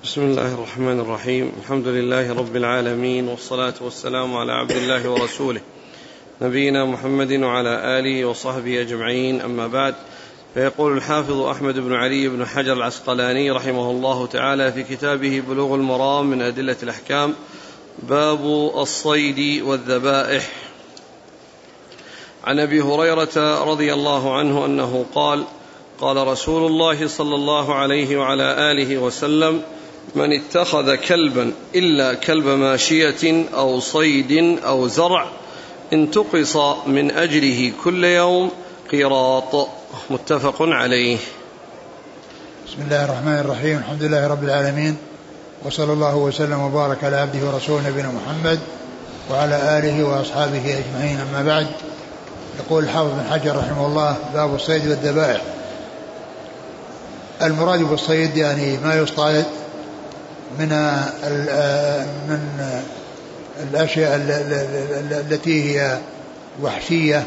بسم الله الرحمن الرحيم. الحمد لله رب العالمين، والصلاة والسلام على عبد الله ورسوله نبينا محمد وعلى آله وصحبه أجمعين، أما بعد. فيقول الحافظ أحمد بن علي بن حجر العسقلاني رحمه الله تعالى في كتابه بلوغ المرام من أدلة الأحكام: باب الصيد والذبائح. عن أبي هريرة رضي الله عنه أنه قال: قال رسول الله صلى الله عليه وعلى آله وسلم: من اتخذ كلبا إلا كلب ماشية أو صيد أو زرع انتقص من أجره كل يوم قيراط. متفق عليه. بسم الله الرحمن الرحيم. الحمد لله رب العالمين، وصلى الله وسلم وبارك على عبده ورسوله نبينا محمد وعلى آله وأصحابه أجمعين، أما بعد. يقول الحافظ بن حجر رحمه الله: باب الصيد والذبائح. المراد بالصيد يعني ما يصطاد من الأشياء التي هي وحشية،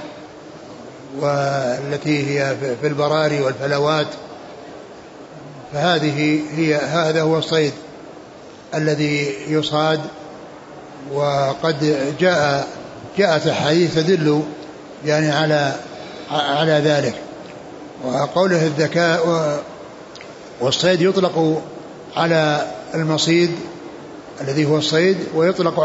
والتي هي في البراري والفلوات، هذا هو الصيد الذي يصاد. وقد جاءت أحاديث تدل يعني على ذلك. وقوله الذكاء والصيد يطلق على المصيد الذي هو الصيد، ويطلق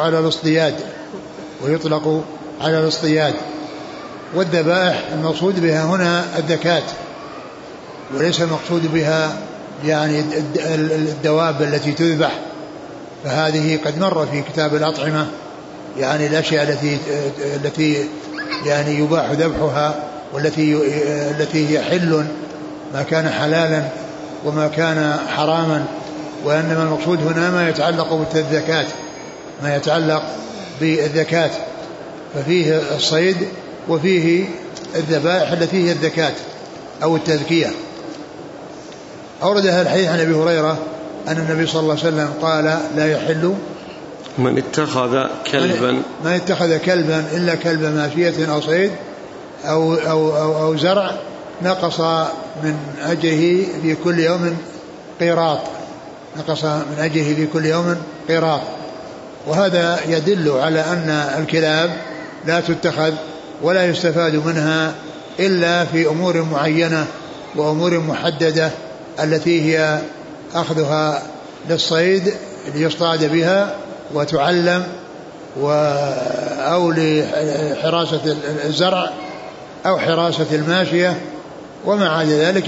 على الاصطياد. والذبائح المقصود بها هنا الذكاة، وليس المقصود بها يعني الدواب التي تذبح، فهذه قد مر في كتاب الأطعمة يعني الأشياء التي يعني يباح ذبحها، والتي هي حل، ما كان حلالا وما كان حراما. وإنما المقصود هنا ما يتعلق بالذكاة، ففيه الصيد وفيه الذبائح التي هي الذكاة أو التذكية. أورد هذا الحديث عن أبي هريرة أن النبي صلى الله عليه وسلم قال: لا يحل من اتخذ كلبا إلا كلب ماشية أو صيد أو زرع نقص من أجره في كل يوم قيراط. وهذا يدل على أن الكلاب لا تتخذ ولا يستفاد منها إلا في أمور معينة وأمور محددة، التي هي أخذها للصيد ليصطاد بها وتعلم، أو لحراسة الزرع أو حراسة الماشية. وما عدا ذلك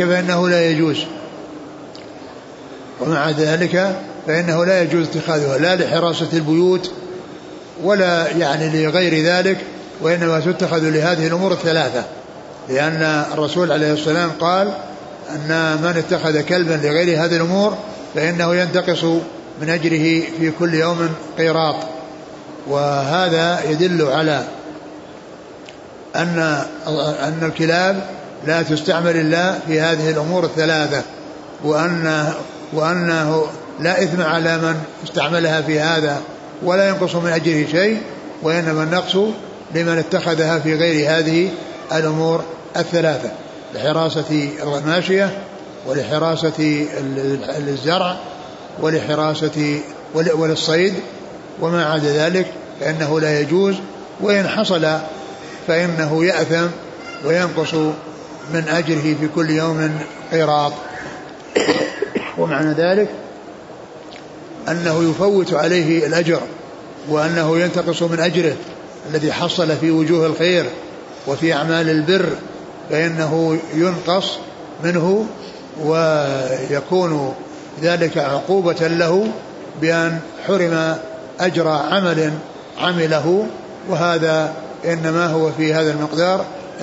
فإنه لا يجوز اتخاذها لا لحراسة البيوت ولا يعني لغير ذلك، وإنما تتخذ لهذه الأمور الثلاثة، لأن الرسول عليه السلام قال أن من اتخذ كلبا لغير هذه الأمور فإنه ينتقص من أجره في كل يوم قيراط. وهذا يدل على أن الكلاب لا تستعمل إلا في هذه الأمور الثلاثة، وأنه لا إثم على من استعملها في هذا ولا ينقص من أجره شيء، وإنما النقص لمن اتخذها في غير هذه الأمور الثلاثة: لحراسة الماشية، ولحراسة الزرع، وللصيد. وما عدا ذلك فإنه لا يجوز، وإن حصل فإنه يأثم وينقص من أجره في كل يوم قيراط. ومعنى ذلك أنه يفوت عليه الأجر، وأنه ينتقص من أجره الذي حصل في وجوه الخير وفي أعمال البر، فإنه ينقص منه، ويكون ذلك عقوبة له بأن حرم أجر عمل عمله. وهذا إنما هو في هذا المقدار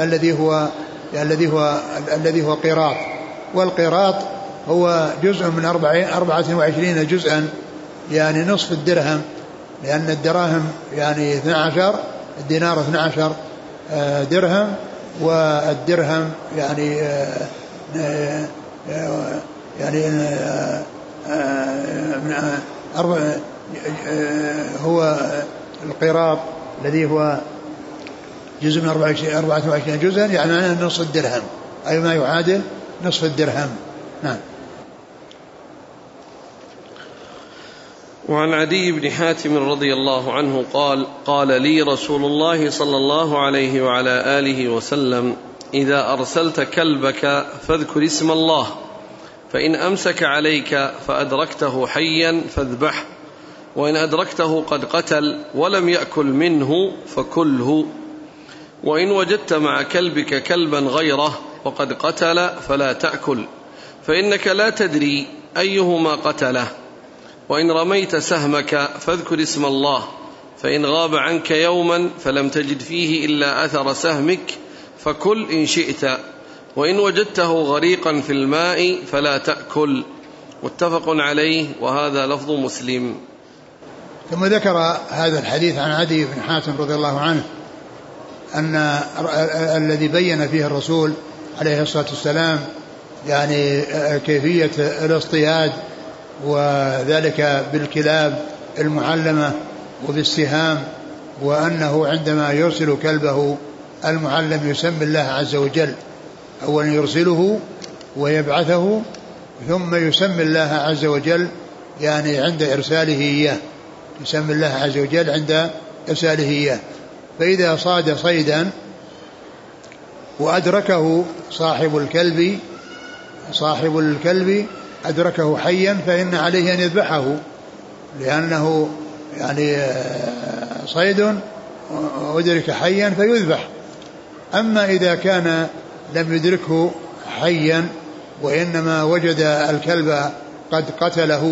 الذي هو قيراط. والقيراط هو جزء من 24 جزءا، يعني نصف الدرهم، لأن الدراهم يعني 12، الدينار 12 درهم، والدرهم هو القيراط الذي هو جزء من 24 جزءا، يعني معناه نصف الدرهم، أي ما يعادل نصف الدرهم. نعم. وعن عدي بن حاتم رضي الله عنه قال: قال لي رسول الله صلى الله عليه وعلى آله وسلم: إذا أرسلت كلبك فاذكر اسم الله، فإن أمسك عليك فأدركته حيا فاذبحه، وإن أدركته قد قتل ولم يأكل منه فكله، وإن وجدت مع كلبك كلبا غيره وقد قتل فلا تأكل، فإنك لا تدري أيهما قتله، وإن رميت سهمك فاذكر اسم الله، فإن غاب عنك يوما فلم تجد فيه إلا أثر سهمك فكل إن شئت، وإن وجدته غريقا في الماء فلا تأكل. متفق عليه، وهذا لفظ مسلم. ثم ذكر هذا الحديث عن عدي بن حاتم رضي الله عنه أن الذي بين فيه الرسول عليه الصلاة والسلام يعني كيفية الاصطياد، وذلك بالكلاب المعلمة وبالسهام، وأنه عندما يرسل كلبه المعلم يسمي الله عز وجل، أولا يرسله ويبعثه ثم يسمي الله عز وجل يعني عند إرساله إياه، يسمي الله عز وجل عند إرساله إياه. فإذا صاد صيدا وأدركه صاحب الكلب أدركه حيا فإن عليه أن يذبحه، لأنه يعني صيد أدرك حيا فيذبح. أما إذا كان لم يدركه حيا وإنما وجد الكلب قد قتله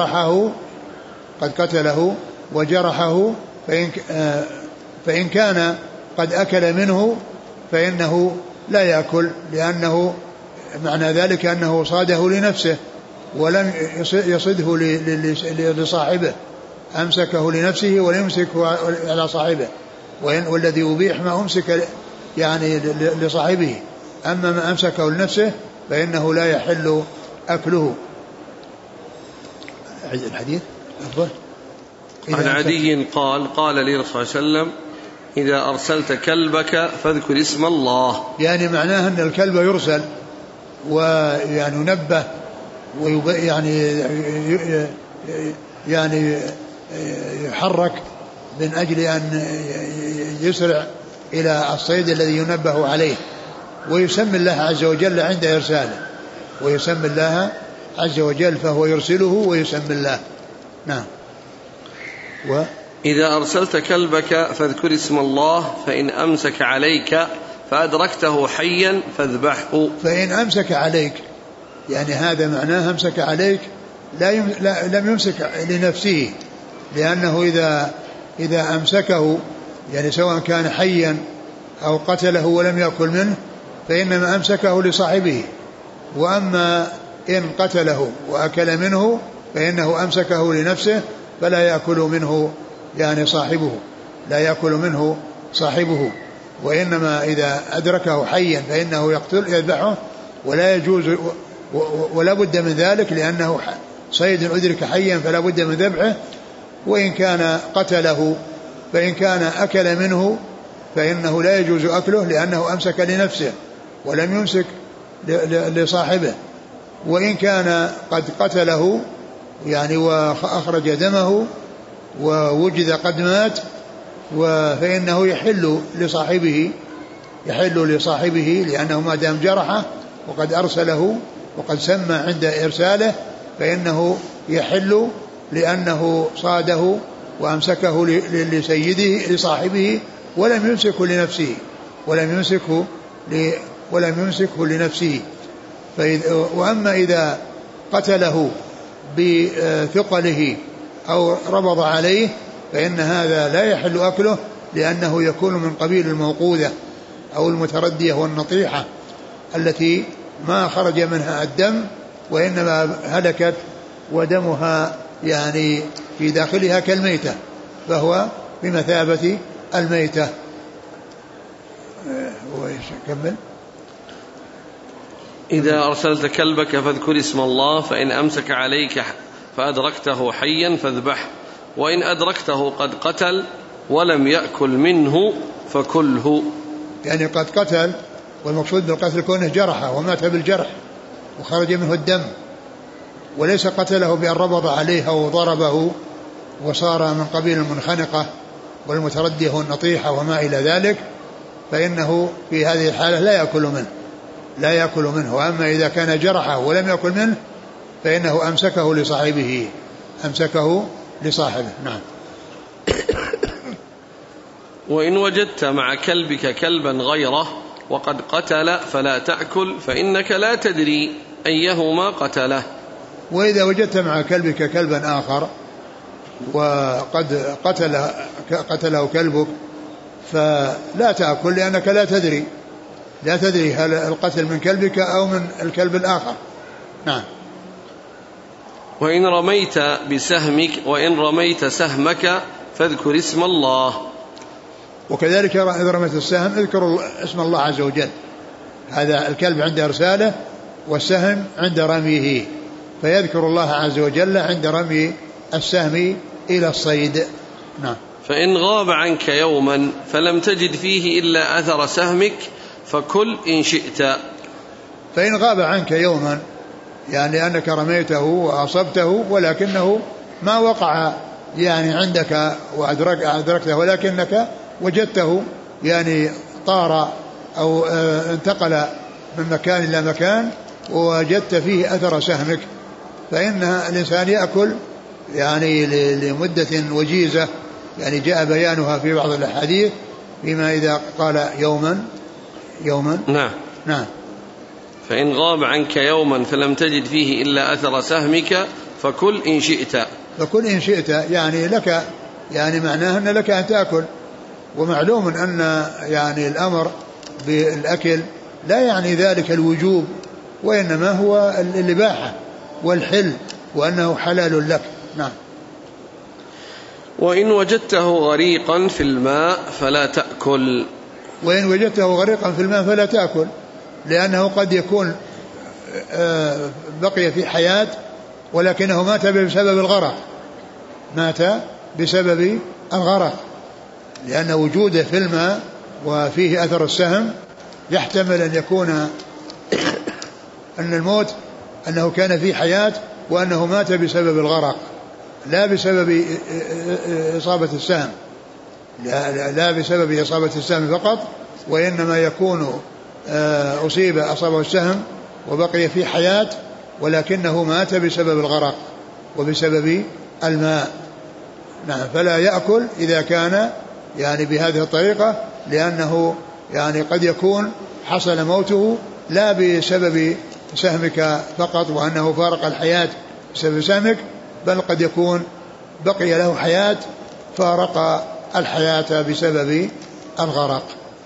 وجرحه فإن كان قد أكل منه فإنه لا يأكل، لأنه معنى ذلك أنه صاده لنفسه ولم يصده لصاحبه، أمسكه لنفسه ولم يمسكه على صاحبه، والذي يبيح ما أمسك يعني لصاحبه، أما ما أمسكه لنفسه فإنه لا يحل أكله. الحديث أفضل. عن عدي قال: قال لي رسول الله صلى الله عليه وسلم: إذا أرسلت كلبك فاذكر اسم الله. يعني معناه أن الكلب يرسل ويعني ينبه يعني يحرك من أجل أن يسرع إلى الصيد الذي ينبه عليه، ويسمي الله عز وجل عند إرساله، ويسمي الله عز وجل فهو يرسله ويسمي الله. نعم. إذا أرسلت كلبك فاذكر اسم الله، فإن أمسك عليك فأدركته حيا فاذبحه. فإن أمسك عليك يعني هذا معناه أمسك عليك لم يمسك لنفسه، لأنه إذا أمسكه يعني سواء كان حيا أو قتله ولم يأكل منه فإنما أمسكه لصاحبه، وأما إن قتله وأكل منه فإنه أمسكه لنفسه فلا يأكل منه يعني صاحبه، لا يأكل منه صاحبه، وإنما إذا أدركه حيا فإنه يذبحه، ولا يجوز ولا بد من ذلك، لأنه صيد أدرك حيا فلا بد من ذبحه. وإن كان قتله فإن كان أكل منه فإنه لا يجوز أكله، لأنه أمسك لنفسه ولم يمسك لصاحبه. وإن كان قد قتله يعني وأخرج دمه ووجد قد مات فإنه يحل لصاحبه لأنه ما دام جرحه وقد أرسله وقد سمى عند إرساله فإنه يحل، لأنه صاده وأمسكه لسيده لصاحبه ولم يمسكه لنفسه. وأما إذا قتله بثقله أو ربض عليه فإن هذا لا يحل أكله، لأنه يكون من قبيل الموقوذة أو المتردية والنطيحة التي ما خرج منها الدم وإنما هلكت ودمها يعني في داخلها كالميتة، فهو بمثابة الميتة. كمل. إذا أرسلت كلبك فاذكر اسم الله، فإن أمسك عليك فأدركته حيا فاذبح، وإن أدركته قد قتل ولم يأكل منه فكله. يعني قد قتل، والمقصود بالقتل كونه جرحه ومات بالجرح وخرج منه الدم، وليس قتله بأن ربض عليه أو ضربه وصار من قبيل المنخنقة والمتردية والنطيحة وما إلى ذلك، فإنه في هذه الحالة لا يأكل منه. وأما إذا كان جرحه ولم يأكل منه فإنه أمسكه لصاحبه. نعم. وإن وجدت مع كلبك كلبا غيره وقد قتل فلا تأكل، فإنك لا تدري أيهما قتله. وإذا وجدت مع كلبك كلبا آخر وقد قتله كلبك فلا تأكل، لأنك لا تدري هل القتل من كلبك أو من الكلب الآخر. نعم. وإن رميت سهمك فاذكر اسم الله. وكذلك إذا رميت السهم اذكر اسم الله عز وجل. هذا الكلب عند إرساله والسهم عند رميه، فيذكر الله عز وجل عند رمي السهم إلى الصيد. نعم. فإن غاب عنك يوما فلم تجد فيه إلا أثر سهمك فكل إن شئت. فإن غاب عنك يوما يعني أنك رميته وأصبته ولكنه ما وقع يعني عندك وأدركته، ولكنك وجدته يعني طار أو انتقل من مكان إلى مكان ووجدت فيه أثر سهمك، فإن الإنسان يأكل يعني لمدة وجيزة، يعني جاء بيانها في بعض الأحاديث فيما إذا قال يوما. نعم. فإن غاب عنك يوما فلم تجد فيه إلا أثر سهمك فكل إن شئت يعني لك، يعني معناه أن لك أن تأكل. ومعلوم أن يعني الأمر بالأكل لا يعني ذلك الوجوب، وإنما هو الإباحة والحل، وأنه حلال لك. نعم. وإن وجدته غريقا في الماء فلا تأكل. وإن وجدته غريقا في الماء فلا تأكل، لأنه قد يكون بقي في حياة ولكنه مات بسبب الغرق، لأن وجوده في الماء وفيه أثر السهم يحتمل أن يكون أن الموت أنه كان في حياة وأنه مات بسبب الغرق لا بسبب إصابة السهم، لا بسبب إصابة السهم فقط، وإنما يكون أصابه السهم وبقي في حياة ولكنه مات بسبب الغرق وبسبب الماء. نعم. فلا يأكل إذا كان يعني بهذه الطريقة، لأنه يعني قد يكون حصل موته لا بسبب سهمك فقط وأنه فارق الحياة بسبب سهمك، بل قد يكون بقي له حياة فارق الحياة بسبب الغرق.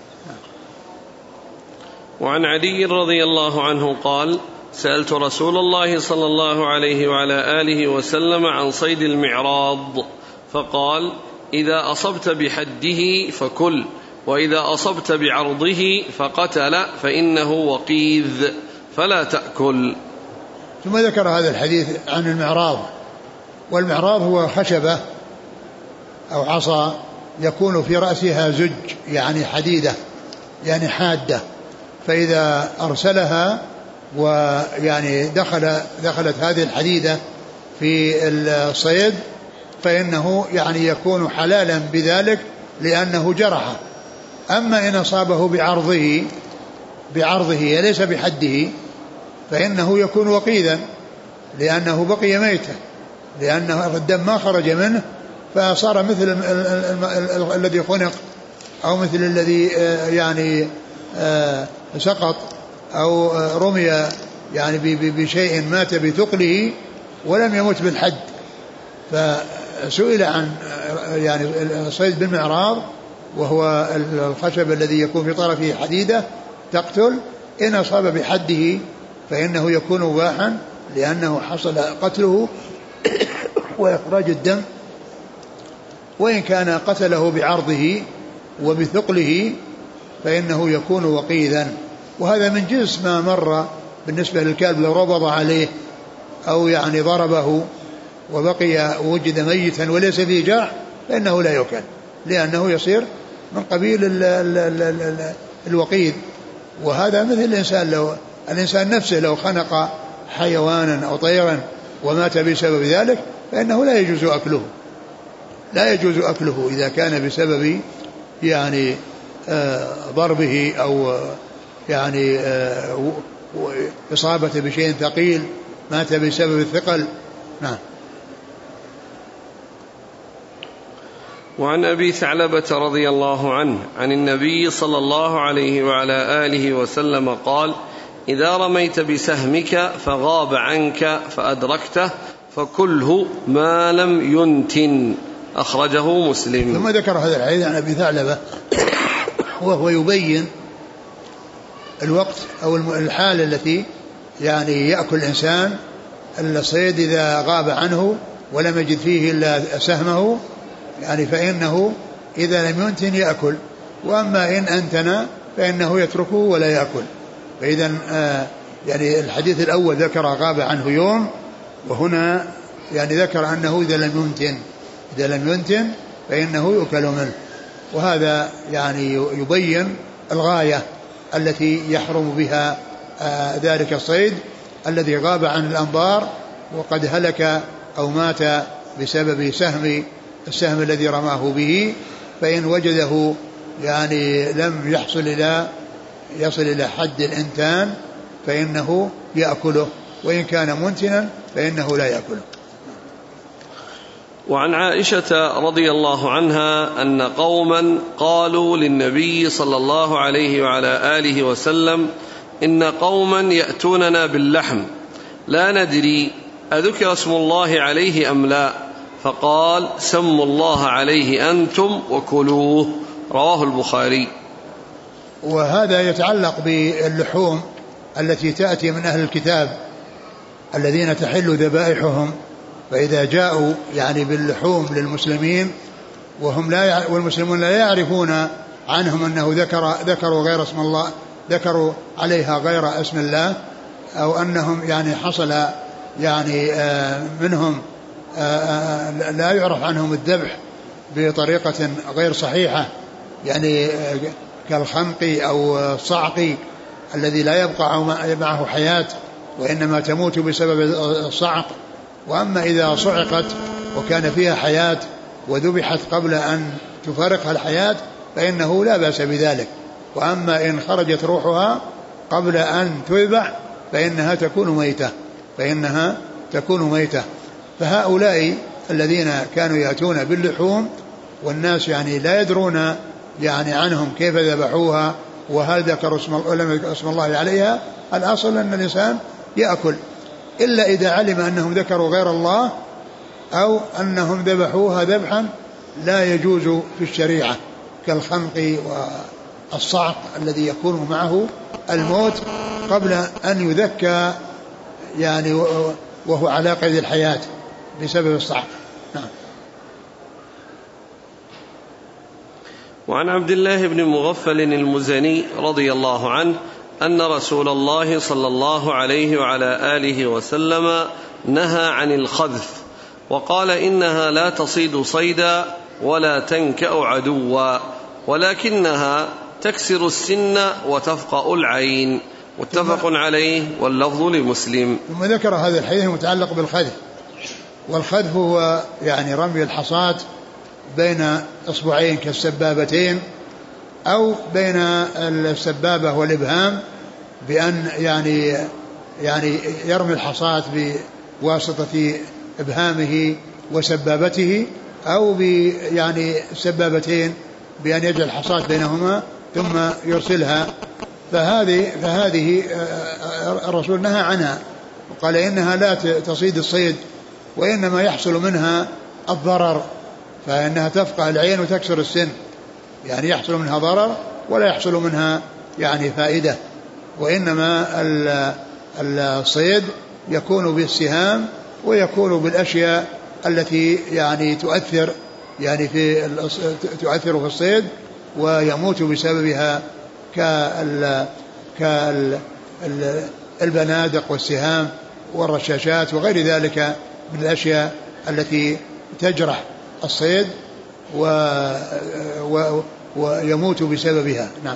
وعن علي رضي الله عنه قال: سألت رسول الله صلى الله عليه وعلى آله وسلم عن صيد المعراض فقال: إذا أصبت بحده فكل، وإذا أصبت بعرضه فقتل فإنه وقيذ فلا تأكل. ثم ذكر هذا الحديث عن المعراض. والمعراض هو خشبة أو عصا يكون في رأسها زج يعني حديدة يعني حادة، فإذا أرسلها ويعني دخلت هذه الحديدة في الصيد فإنه يعني يكون حلالا بذلك لأنه جرحه. أما إن أصابه بعرضه ليس بحده فإنه يكون وقيدا لأنه بقي ميتا، لأنه الدم ما خرج منه فصار مثل الذي خنق أو مثل الذي يعني سقط أو رمي يعني بشيء مات بثقله ولم يمت بالحد. فسئل عن يعني الصيد بالمعراض وهو الخشب الذي يكون في طرفه حديدة تقتل، إن أصاب بحده فإنه يكون مباحا لأنه حصل قتله وإخراج الدم، وإن كان قتله بعرضه وبثقله فإنه يكون وقيدا. وهذا من جنس ما مر بالنسبة للكلب، لو ربض عليه أو يعني ضربه وبقي وجد ميتا وليس فيه جرح فإنه لا يؤكل، لأنه يصير من قبيل الوقيد. وهذا مثل الإنسان، لو الإنسان نفسه لو خنق حيوانا أو طيرا ومات بسبب ذلك فإنه لا يجوز أكله، لا يجوز أكله إذا كان بسبب يعني ضربه أو يعني إصابة بشيء ثقيل مات بسبب الثقل. نعم. وعن أبي ثعلبة رضي الله عنه عن النبي صلى الله عليه وعلى آله وسلم قال: إذا رميت بسهمك فغاب عنك فأدركته فكله ما لم ينتن. أخرجه مسلم. ثم ذكر هذا الحديث عن أبي ثعلبة وهو يبين الوقت أو الحالة التي يعني يأكل الإنسان الصيد إذا غاب عنه ولم يجد فيه إلا سهمه، يعني فإنه إذا لم ينتن يأكل، وأما إن أنتن فإنه يتركه ولا يأكل. فإذا يعني الحديث الأول ذكر غاب عنه يوم، وهنا يعني ذكر أنه إذا لم ينتن فإنه يؤكل منه. وهذا يعني يبين الغاية التي يحرم بها ذلك الصيد الذي غاب عن الأنظار وقد هلك أو مات بسبب السهم الذي رماه به، فإن وجده يعني لم يصل إلى حد الإنتان فإنه يأكله، وإن كان منتنا فإنه لا يأكله. وعن عائشة رضي الله عنها أن قوما قالوا للنبي صلى الله عليه وعلى آله وسلم: إن قوما يأتوننا باللحم لا ندري أذكر اسم الله عليه أم لا، فقال: سموا الله عليه أنتم وكلوه. رواه البخاري. وهذا يتعلق باللحوم التي تأتي من أهل الكتاب الذين تحل ذبائحهم، فإذا جاءوا يعني باللحوم للمسلمين والمسلمون لا يعرفون عنهم أنه ذكروا غير اسم الله، ذكروا عليها غير اسم الله، أو أنهم يعني حصل يعني منهم لا يعرف عنهم الذبح بطريقة غير صحيحة، يعني كالخنق أو الصعق الذي لا يبقى معه حياة وإنما تموت بسبب الصعق. وأما إذا صعقت وكان فيها حياة وذبحت قبل أن تفارقها الحياة فإنه لا بأس بذلك. وأما إن خرجت روحها قبل أن تذبح فإنها تكون ميتة. فهؤلاء الذين كانوا يأتون باللحوم والناس يعني لا يدرون يعني عنهم كيف ذبحوها وهل ذكروا اسم الله عليها، الأصل أن الإنسان يأكل، إلا إذا علم أنهم ذكروا غير الله أو أنهم ذبحوها ذبحا لا يجوز في الشريعة، كالخنق والصعق الذي يكون معه الموت قبل أن يذكى يعني وهو على قيد الحياة بسبب الصعق. نعم. وعن عبد الله بن مغفل المزني رضي الله عنه أن رسول الله صلى الله عليه وعلى آله وسلم نهى عن الخذف، وقال: إنها لا تصيد صيدا ولا تنكأ عدوا، ولكنها تكسر السن وتفقأ العين. متفق عليه واللفظ لمسلم. ثم ذكر هذا الحديث المتعلق بالخذف، والخذف هو يعني رمي الحصاة بين إصبعين كالسبابتين أو بين السبابة والإبهام، بأن يعني يرمي الحصاة بواسطة إبهامه وسبابته، أو يعني السبابتين بأن يجعل الحصاة بينهما ثم يرسلها. فهذه الرسول نهى عنها وقال إنها لا تصيد الصيد، وإنما يحصل منها الضرر، فإنها تفقع العين وتكسر السن، يعني يحصل منها ضرر ولا يحصل منها يعني فائدة. وإنما الصيد يكون بالسهام ويكون بالأشياء التي يعني تؤثر في الصيد ويموت بسببها كالبنادق والسهام والرشاشات وغير ذلك من الأشياء التي تجرح الصيد ويموت بسببها. نعم.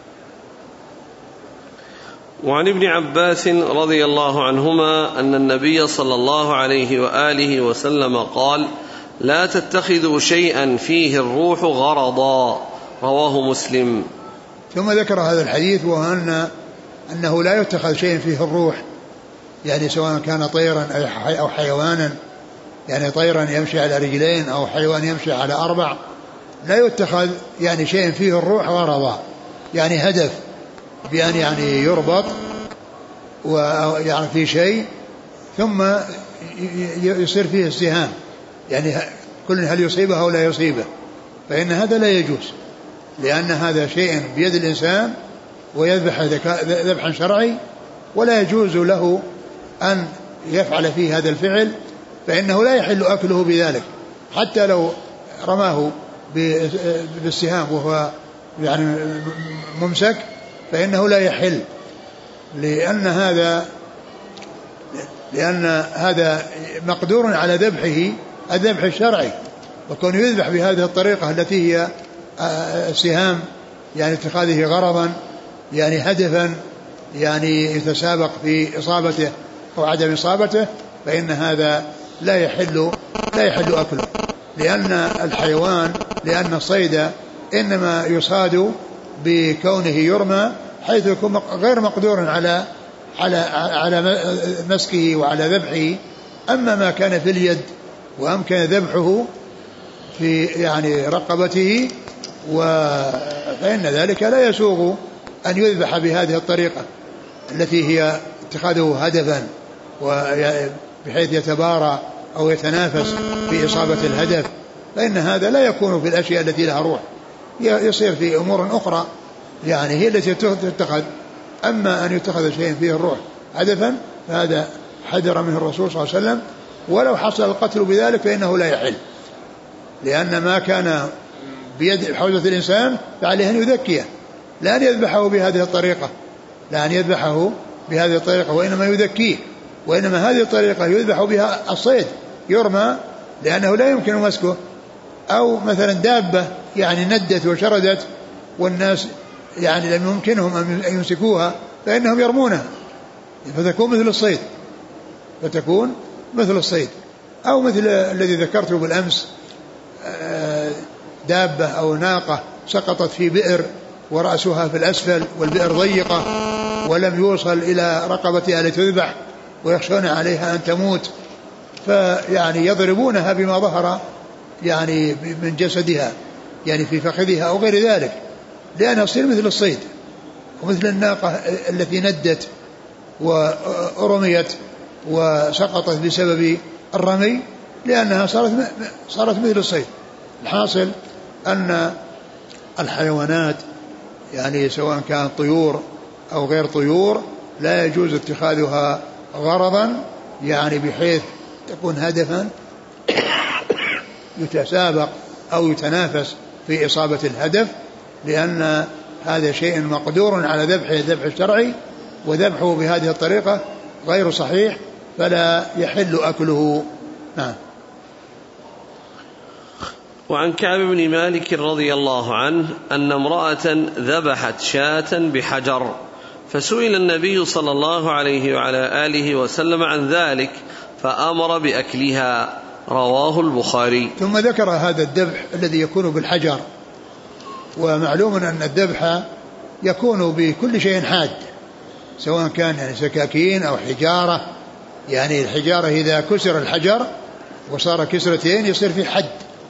وعن ابن عباس رضي الله عنهما أن النبي صلى الله عليه وآله وسلم قال: لا تتخذوا شيئا فيه الروح غرضا، رواه مسلم. ثم ذكر هذا الحديث وهو أنه لا يتخذ شيء فيه الروح، يعني سواء كان طيرا أو حيوانا، يعني طيرا يمشي على رجلين أو حيوان يمشي على 4، لا يتخذ يعني شيء فيه الروح غرضا، يعني هدف بأن يعني يربط ويعني في شيء ثم يصير فيه السهام، يعني كل هل يصيبه أو لا يصيبه، فإن هذا لا يجوز، لأن هذا شيء بيد الإنسان ويذبح ذبحا شرعي، ولا يجوز له أن يفعل فيه هذا الفعل، فإنه لا يحل أكله بذلك، حتى لو رماه بالسهام وهو يعني ممسك فإنه لا يحل، لأن هذا مقدور على ذبحه الذبح الشرعي، وكون يذبح بهذه الطريقة التي هي السهام، يعني اتخاذه غرضا، يعني هدفا، يعني يتسابق في إصابته أو عدم إصابته، فإن هذا لا يحل أكله، لأن الحيوان، لأن الصيد إنما يصاد بكونه يرمى حيث يكون غير مقدور على مسكه وعلى ذبحه. أما ما كان في اليد وأمكن ذبحه في يعني رقبته فإن ذلك لا يسوغ أن يذبح بهذه الطريقة التي هي اتخاذه هدفا بحيث يتبارى أو يتنافس في إصابة الهدف، فإن هذا لا يكون في الأشياء التي لها روح، يصير في أمور أخرى يعني هي التي تتخذ. أما أن يتخذ شيء فيه الروح هدفا فهذا حذر منه الرسول صلى الله عليه وسلم، ولو حصل القتل بذلك فإنه لا يحل، لأن ما كان بيد حوزة الإنسان فعليه أن يذكيه، لا أن يذبحه بهذه الطريقة، وإنما يذكيه، وإنما هذه الطريقة يذبح بها الصيد، يرمى لأنه لا يمكن مسكه، أو مثلا دابة يعني ندت وشردت والناس يعني لم يمكنهم أن يمسكوها فإنهم يرمونها، فتكون مثل الصيد، أو مثل الذي ذكرته بالأمس، دابة أو ناقة سقطت في بئر ورأسها في الأسفل والبئر ضيقة ولم يوصل إلى رقبتها لتذبح ويخشون عليها أن تموت، فيعني يضربونها بما ظهر يعني من جسدها، يعني في فخذها أو غير ذلك، لأنها تصير مثل الصيد، ومثل الناقة التي ندت ورميت وسقطت بسبب الرمي، لأنها صارت مثل الصيد. الحاصل أن الحيوانات يعني سواء كانت طيور أو غير طيور لا يجوز اتخاذها غرضا، يعني بحيث تكون هدفا يتسابق أو يتنافس في إصابة الهدف، لأن هذا شيء مقدور على ذبحه الذبح الشرعي، وذبحه بهذه الطريقة غير صحيح فلا يحل أكله. نعم. وعن كعب بن مالك رضي الله عنه أن امرأة ذبحت شاة بحجر، فسئل النبي صلى الله عليه وعلى آله وسلم عن ذلك فأمر بأكلها، رواه البخاري. ثم ذكر هذا الذبح الذي يكون بالحجر، ومعلوم أن الذبح يكون بكل شيء حاد، سواء كان يعني سكاكين أو حجارة، يعني الحجارة إذا كسر الحجر وصار كسرتين يصير في حد،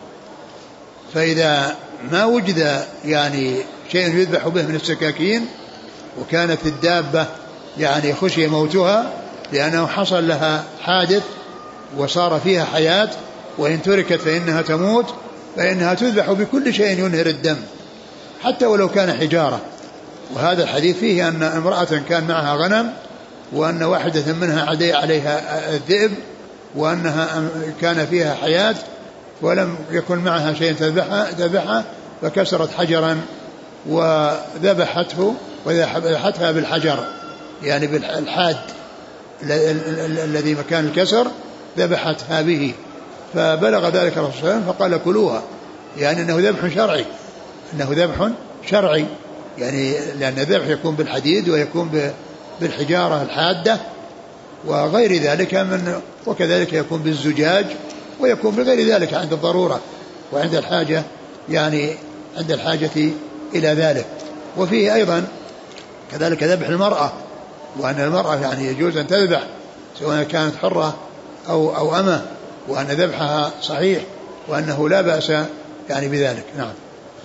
فإذا ما وجد يعني شيء يذبح به من السكاكين وكانت الدابة يعني خشي موتها لأنه حصل لها حادث وصار فيها حياة، وإن تركت فإنها تموت، فإنها تذبح بكل شيء ينهر الدم حتى ولو كان حجارة. وهذا الحديث فيه أن امرأة كان معها غنم، وأن واحدة منها عدي عليها الذئب، وأنها كان فيها حياة ولم يكن معها شيء تذبحها، فكسرت حجرا وذبحته وذبحتها بالحجر، يعني بالحاد الذي مكان الكسر ذبحتها به، فبلغ ذلك الرسول صلى الله عليه وسلم فقال كلوها، يعني أنه ذبح شرعي، يعني لأن الذبح يكون بالحديد ويكون بالحجارة الحادة وغير ذلك وكذلك يكون بالزجاج ويكون بغير ذلك عند الضرورة وعند الحاجة، يعني عند الحاجة إلى ذلك. وفيه أيضا كذلك ذبح المرأة، وأن المرأة يعني يجوز أن تذبح سواء كانت حرة أو أمة، وأن ذبحها صحيح، وأنه لا بأس يعني بذلك. نعم.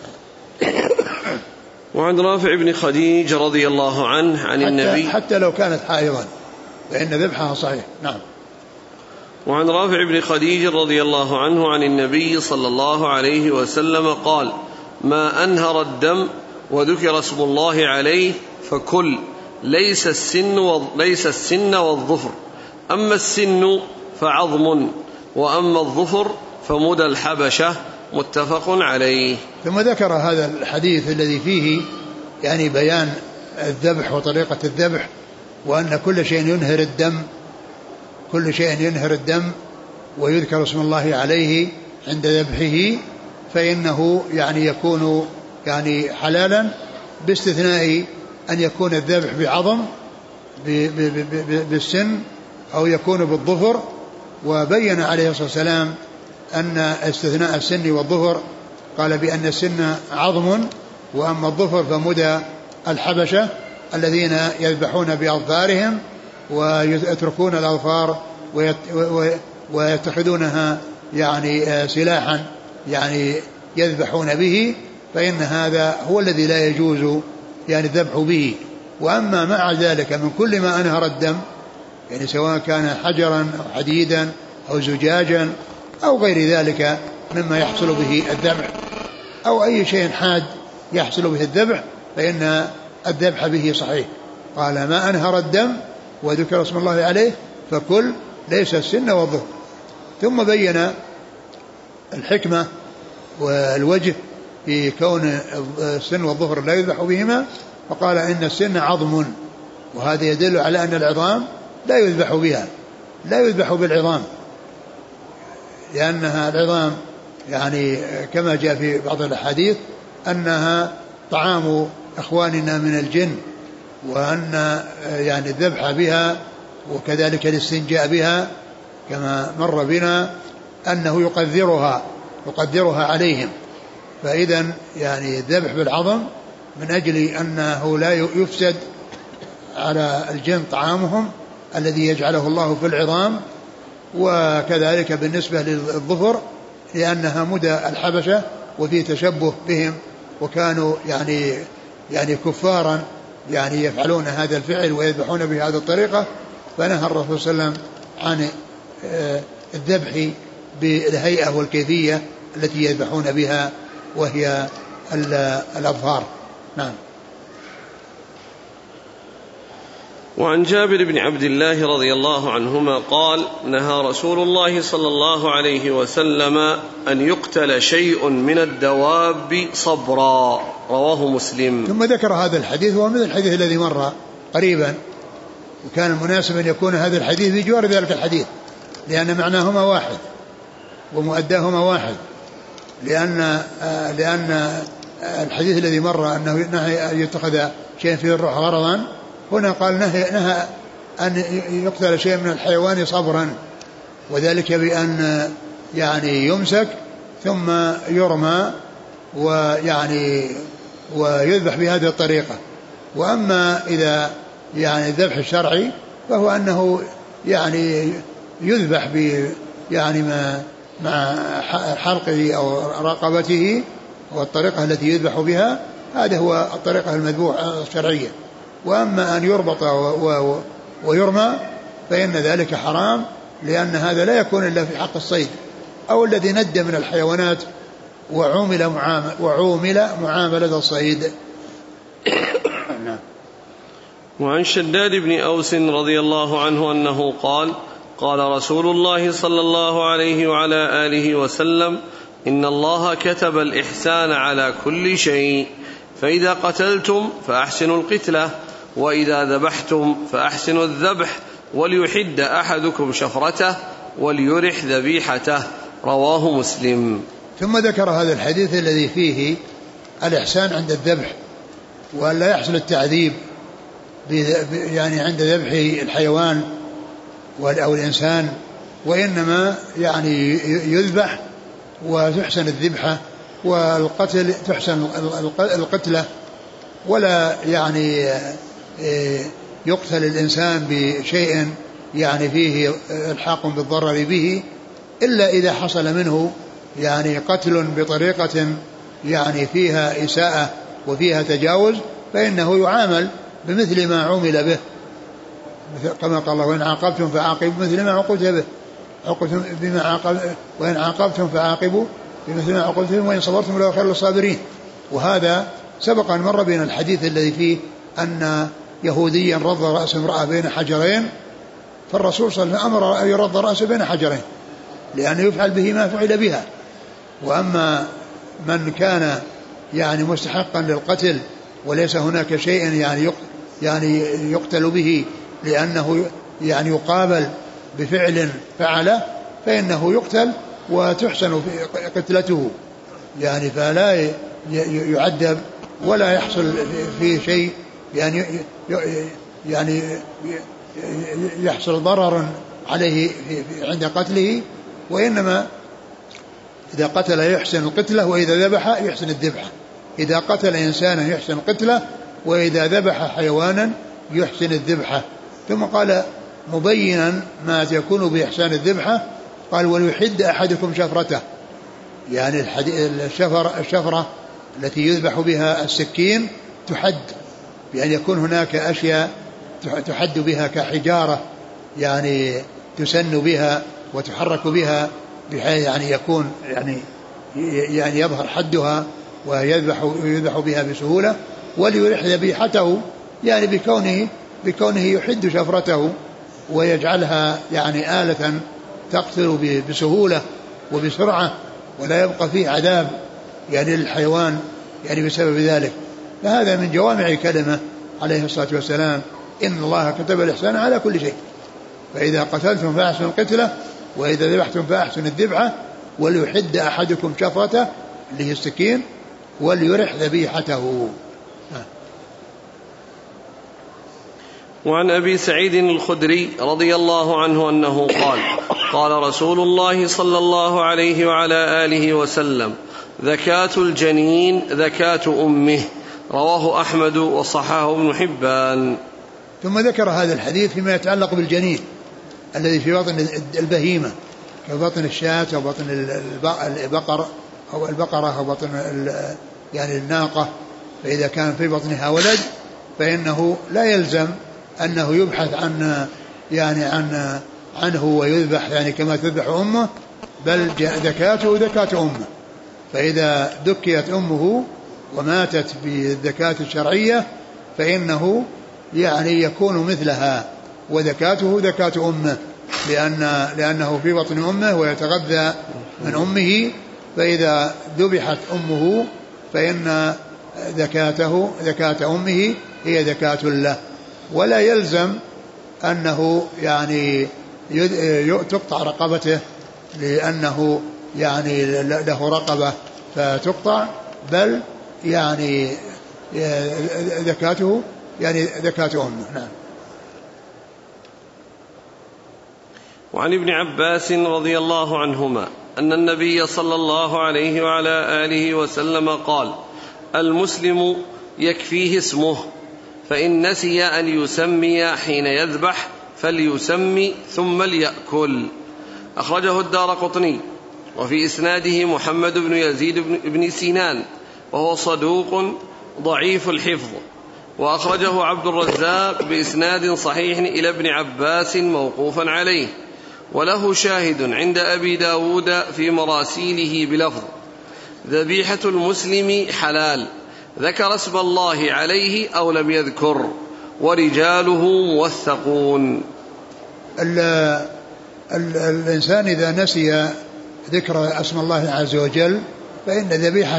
وعن رافع بن خديج رضي الله عنه عن النبي حتى لو كانت حائضا فإن ذبحها صحيح. نعم. وعن رافع بن خديج رضي الله عنه عن النبي صلى الله عليه وسلم قال: ما أنهر الدم وذكر اسم الله عليه فكل، ليس السن والظفر، أما السن فعظم، وأما الظفر فمدى الحبشة، متفق عليه. ثم ذكر هذا الحديث الذي فيه يعني بيان الذبح وطريقة الذبح، وأن كل شيء ينهر الدم ويذكر اسم الله عليه عند ذبحه فإنه يعني يكون يعني حلالا، باستثناء أن يكون الذبح بعظم بالسن أو يكون بالظفر. وبين عليه الصلاة والسلام أن استثناء السن والظفر قال بأن السن عظم، وأما الظفر فمدى الحبشة الذين يذبحون بأظفارهم ويتركون الأظفار ويتخذونها يعني سلاحا يعني يذبحون به، فإن هذا هو الذي لا يجوز يعني الذبح به. وأما مع ذلك من كل ما أنهر الدم، يعني سواء كان حجرا أو حديدا أو زجاجا أو غير ذلك مما يحصل به الذبح، أو أي شيء حاد يحصل به الذبح، فإن الذبح به صحيح. قال: ما أنهر الدم وذكر اسم الله عليه فكل، ليس السن والظفر. ثم بين الحكمة والوجه في كون السن والظفر لا يذبح بهما، فقال: إن السن عظم، وهذا يدل على أن العظام لا يذبح بها، لا يذبح بالعظام، لأنها العظام يعني كما جاء في بعض الأحاديث أنها طعام إخواننا من الجن، وأن يعني الذبح بها وكذلك الاستنجاء بها كما مر بنا أنه يقدرها عليهم. فإذا يعني الذبح بالعظم من أجل أنه لا يفسد على الجن طعامهم الذي يجعله الله في العظام، وكذلك بالنسبة للظفر لأنها مدى الحبشة وفي تشبه بهم، وكانوا يعني كفارا يعني يفعلون هذا الفعل ويذبحون بهذه الطريقة، فنهى الرسول صلى الله عليه وسلم عن الذبح بالهيئة والكيفية التي يذبحون بها وهي الأظفار. نعم. وعن جابر بن عبد الله رضي الله عنهما قال: نهى رسول الله صلى الله عليه وسلم أن يقتل شيء من الدواب صبرا، رواه مسلم. ثم ذكر هذا الحديث وهو مثل الحديث الذي مر قريبا، وكان المناسب أن يكون هذا الحديث بجوار ذلك الحديث، لأن معناهما واحد ومؤداهما واحد، لأن الحديث الذي مر أنه نهى أن يتخذ شيء فيه الروح غرضا، هنا قال نهى أن يقتل شيء من الحيوان صبرا، وذلك بأن يعني يمسك ثم يرمى ويعني ويذبح بهذه الطريقة. وأما إذا يعني الذبح الشرعي فهو أنه يعني يذبح يعني مع حلقه أو رقبته، والطريقة التي يذبح بها هذا هو الطريقة المذبوحة الشرعية. وأما أن يربط ويرمى فإن ذلك حرام، لأن هذا لا يكون إلا في حق الصيد أو الذي ند من الحيوانات وعومل معاملة الصيد. وعن شداد بن أوس رضي الله عنه أنه قال: قال رسول الله صلى الله عليه وعلى آله وسلم: إن الله كتب الإحسان على كل شيء، فإذا قتلتم فأحسنوا القتلة، وإذا ذبحتم فأحسنوا الذبح، وليحد أحدكم شفرته وليرح ذبيحته، رواه مسلم. ثم ذكر هذا الحديث الذي فيه الإحسان عند الذبح، وأن لا يحصل التعذيب يعني عند ذبح الحيوان أو الإنسان وإنما يعني يذبح وتحسن الذبحة، والقتل تحسن القتلة، ولا يعني يقتل الإنسان بشيء يعني فيه الحاق بالضرر به، إلا إذا حصل منه يعني قتل بطريقة يعني فيها إساءة وفيها تجاوز، فإنه يعامل بمثل ما عمل به، كما قال الله: وإن عاقبتم فعاقبوا بمثل ما عوقبتم به، وإن عاقبتم فعاقبوا بمثل ما عوقبتم وإن صبرتم لهو خير للصابرين. وهذا سبق أن مر بين الحديث الذي فيه أن يهوديا رض رأس امرأة بين حجرين، فالرسول صلى الله عليه وسلم أمر أن يرض رأسه بين حجرين لأنه يفعل به ما فعل بها. وأما من كان يعني مستحقا للقتل وليس هناك شيء يعني يقتل به لأنه يعني يقابل بفعل فعله، فإنه يقتل وتحسن قتلته، يعني فلا يعذب ولا يحصل فيه شيء يعني يحصل ضرر عليه عند قتله، وإنما إذا قتل يحسن القتلة، وإذا ذبح يحسن الذبحة. إذا قتل إنسانا يحسن القتلة، وإذا ذبح حيوانا يحسن الذبحة. ثم قال مبينا ما يكون بإحسان الذبحة، قال: وليحد أحدكم شفرته، يعني الشفرة التي يذبح بها السكين تحد، بأن يكون هناك أشياء تحد بها كحجارة يعني تسن بها وتحرك بها، بحيث يعني يكون يعني يظهر حدها ويذبح بها بسهولة. وليرح ذبيحته، يعني بكونه يحد شفرته ويجعلها يعني آلة تقتل بسهولة وبسرعة، ولا يبقى فيه عذاب يعني للحيوان يعني بسبب ذلك. فهذا من جوامع كلمة عليه الصلاة والسلام: إن الله كتب الإحسان على كل شيء، فإذا قتلتم فأحسنوا القتلة، وإذا ذبحتم فأحسنوا الذبحة، وليحد أحدكم شفرته اللي هي السكين، وليرح ذبيحته. وعن أبي سعيد الخدري رضي الله عنه أنه قال: قال رسول الله صلى الله عليه وعلى آله وسلم: زكاة الجنين زكاة أمه. رواه أحمد وصححه ابن حبان. ثم ذكر هذا الحديث فيما يتعلق بالجنين الذي في بطن البهيمة، كبطن الشاة أو بطن البقر أو البقرة أو بطن يعني الناقة. فإذا كان في بطنها ولد فإنه لا يلزم أنه يبحث عنه ويذبح يعني كما تذبح أمه، بل ذكاته ذكاة أمه. فإذا ذكيت أمه وماتت بالذكاة الشرعية فإنه يعني يكون مثلها، وذكاته ذكاة أمه، لأنه في بطن أمه ويتغذى من أمه. فإذا ذبحت أمه فإن ذكاة أمه هي ذكاة له، ولا يلزم أنه يعني تقطع رقبته لأنه يعني له رقبة فتقطع، بل يعني ذكاته يعني ذكاة أمه. نعم. وعن ابن عباس رضي الله عنهما أن النبي صلى الله عليه وعلى آله وسلم قال: المسلم يكفيه اسمه، فإن نسي أن يسمي حين يذبح فليسمي ثم ليأكل. أخرجه الدارقطني، وفي إسناده محمد بن يزيد بن سنان وهو صدوق ضعيف الحفظ. وأخرجه عبد الرزاق بإسناد صحيح إلى ابن عباس موقوفا عليه، وله شاهد عند أبي داود في مراسيله بلفظ: ذبيحة المسلم حلال، ذكر اسم الله عليه أو لم يذكر، ورجاله موثقون. الإنسان إذا نسي ذكر اسم الله عز وجل فإن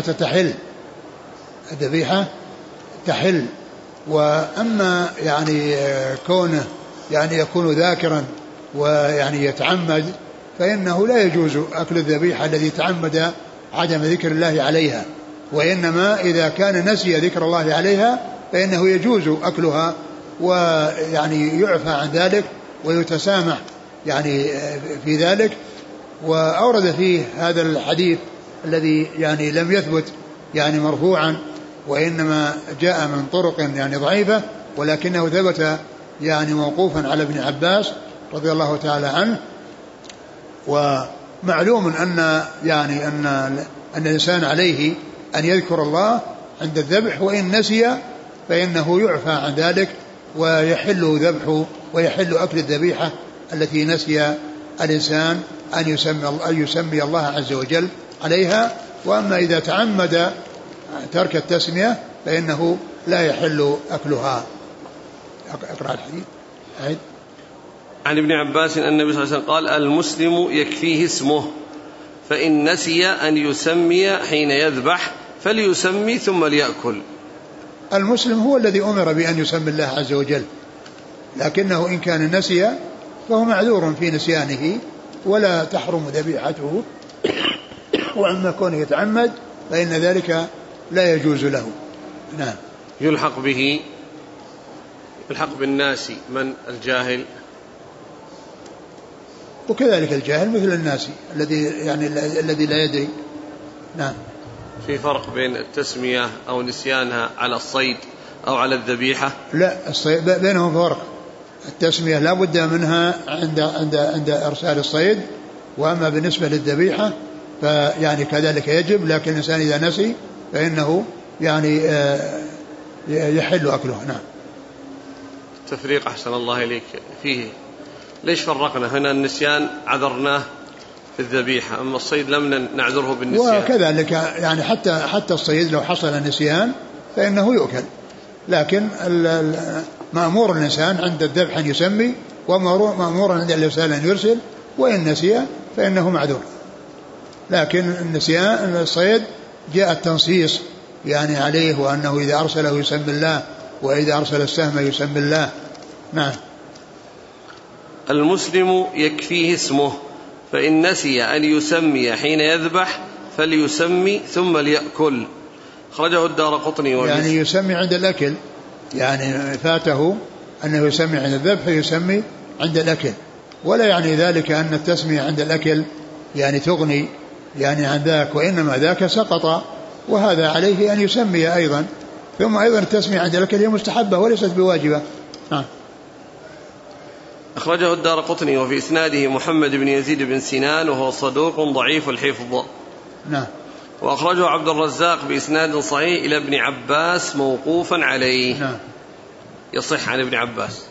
الذبيحة تحل. وأما يعني كونه يعني يكون ذاكرا ويعني يتعمد فإنه لا يجوز أكل الذبيحة الذي تعمد عدم ذكر الله عليها، وإنما إذا كان نسي ذكر الله عليها فإنه يجوز أكلها، ويعني يعفى عن ذلك ويتسامح يعني في ذلك. وأورد فيه هذا الحديث الذي يعني لم يثبت يعني مرفوعا، وإنما جاء من طرق يعني ضعيفة، ولكنه ثبت يعني موقوفا على ابن عباس رضي الله تعالى عنه. ومعلوم أن يعني أن الإنسان عليه أن يذكر الله عند الذبح، وإن نسي فإنه يعفى عن ذلك، ويحل ذبحه ويحل أكل الذبيحة التي نسي الإنسان أن يسمي الله عز وجل عليها. وأما إذا تعمد ترك التسمية فإنه لا يحل أكلها. أقرأ الحديث. عن ابن عباس أن النبي صلى الله عليه وسلم قال: المسلم يكفيه اسمه، فإن نسي أن يسمي حين يذبح فليسمي ثم ليأكل. المسلم هو الذي أمر بأن يسمي الله عز وجل، لكنه إن كان نسي فهو معذور في نسيانه ولا تحرم ذبيحته، وأما كونه يتعمد فإن ذلك لا يجوز له. نعم. يلحق بالناس من الجاهل، وكذلك الجاهل مثل الناس الذي لا يدري. نعم. في فرق بين التسمية أو نسيانها على الصيد أو على الذبيحة؟ لا، الصيد بينهم فرق. التسمية لا بد منها عند إرسال الصيد، وأما بالنسبة للذبيحة فيعني كذلك يجب، لكن الإنسان إذا نسي فإنه يعني يحل أكله. نعم. التفريق أحسن الله إليك فيه، ليش فرقنا هنا؟ النسيان عذرناه في الذبيحة، أما الصيد لم نعذره بالنسيان. وكذلك يعني حتى الصيد لو حصل نسيان فإنه يؤكل، لكن مأمور الإنسان عند الذبح أن يسمي، ومأمور عند الإرسال أن يرسل، وإن نسي فإنه معذور. لكن النسيان الصيد جاء التنصيص يعني عليه، وأنه إذا أرسله يسمي الله، وإذا أرسل السهم يسمي الله. نعم. المسلم يكفيه اسمه، فإن نسي أن يسمي حين يذبح فليسمي ثم ليأكل. خرجه الدارقطني. يعني يسمي عند الأكل، يعني فاته أنه يسمي عند الذبح يسمي عند الأكل، ولا يعني ذلك أن التسمية عند الأكل يعني تغني يعني عن ذاك، وإنما ذاك سقط، وهذا عليه أن يسمي أيضا. ثم أيضا التسمية عند الأكل هي مستحبة وليست بواجبة. أخرجه الدارقطني وفي إسناده محمد بن يزيد بن سنان وهو صدوق ضعيف الحفظ. نعم. وأخرجه عبد الرزاق بإسناد صحيح إلى ابن عباس موقوفا عليه. نعم. يصح عن ابن عباس.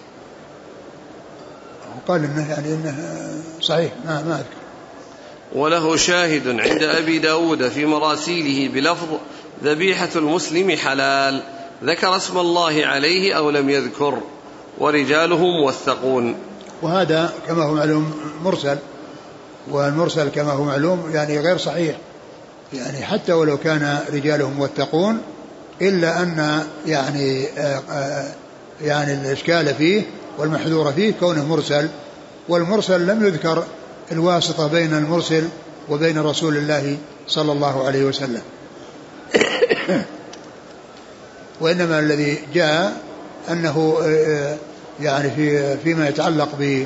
وقال إنه صحيح، ما أذكر. وله شاهد عند أبي داود في مراسيله بلفظ: ذبيحة المسلم حلال، ذكر اسم الله عليه أو لم يذكر، ورجاله موثقون. وهذا كما هو معلوم مرسل، والمرسل كما هو معلوم يعني غير صحيح، يعني حتى ولو كان رجاله موثقون، إلا أن يعني الإشكال فيه والمحذور فيه كونه مرسل، والمرسل لم يذكر الواسطة بين المرسل وبين رسول الله صلى الله عليه وسلم. وإنما الذي جاء أنه يعني فيما يتعلق ب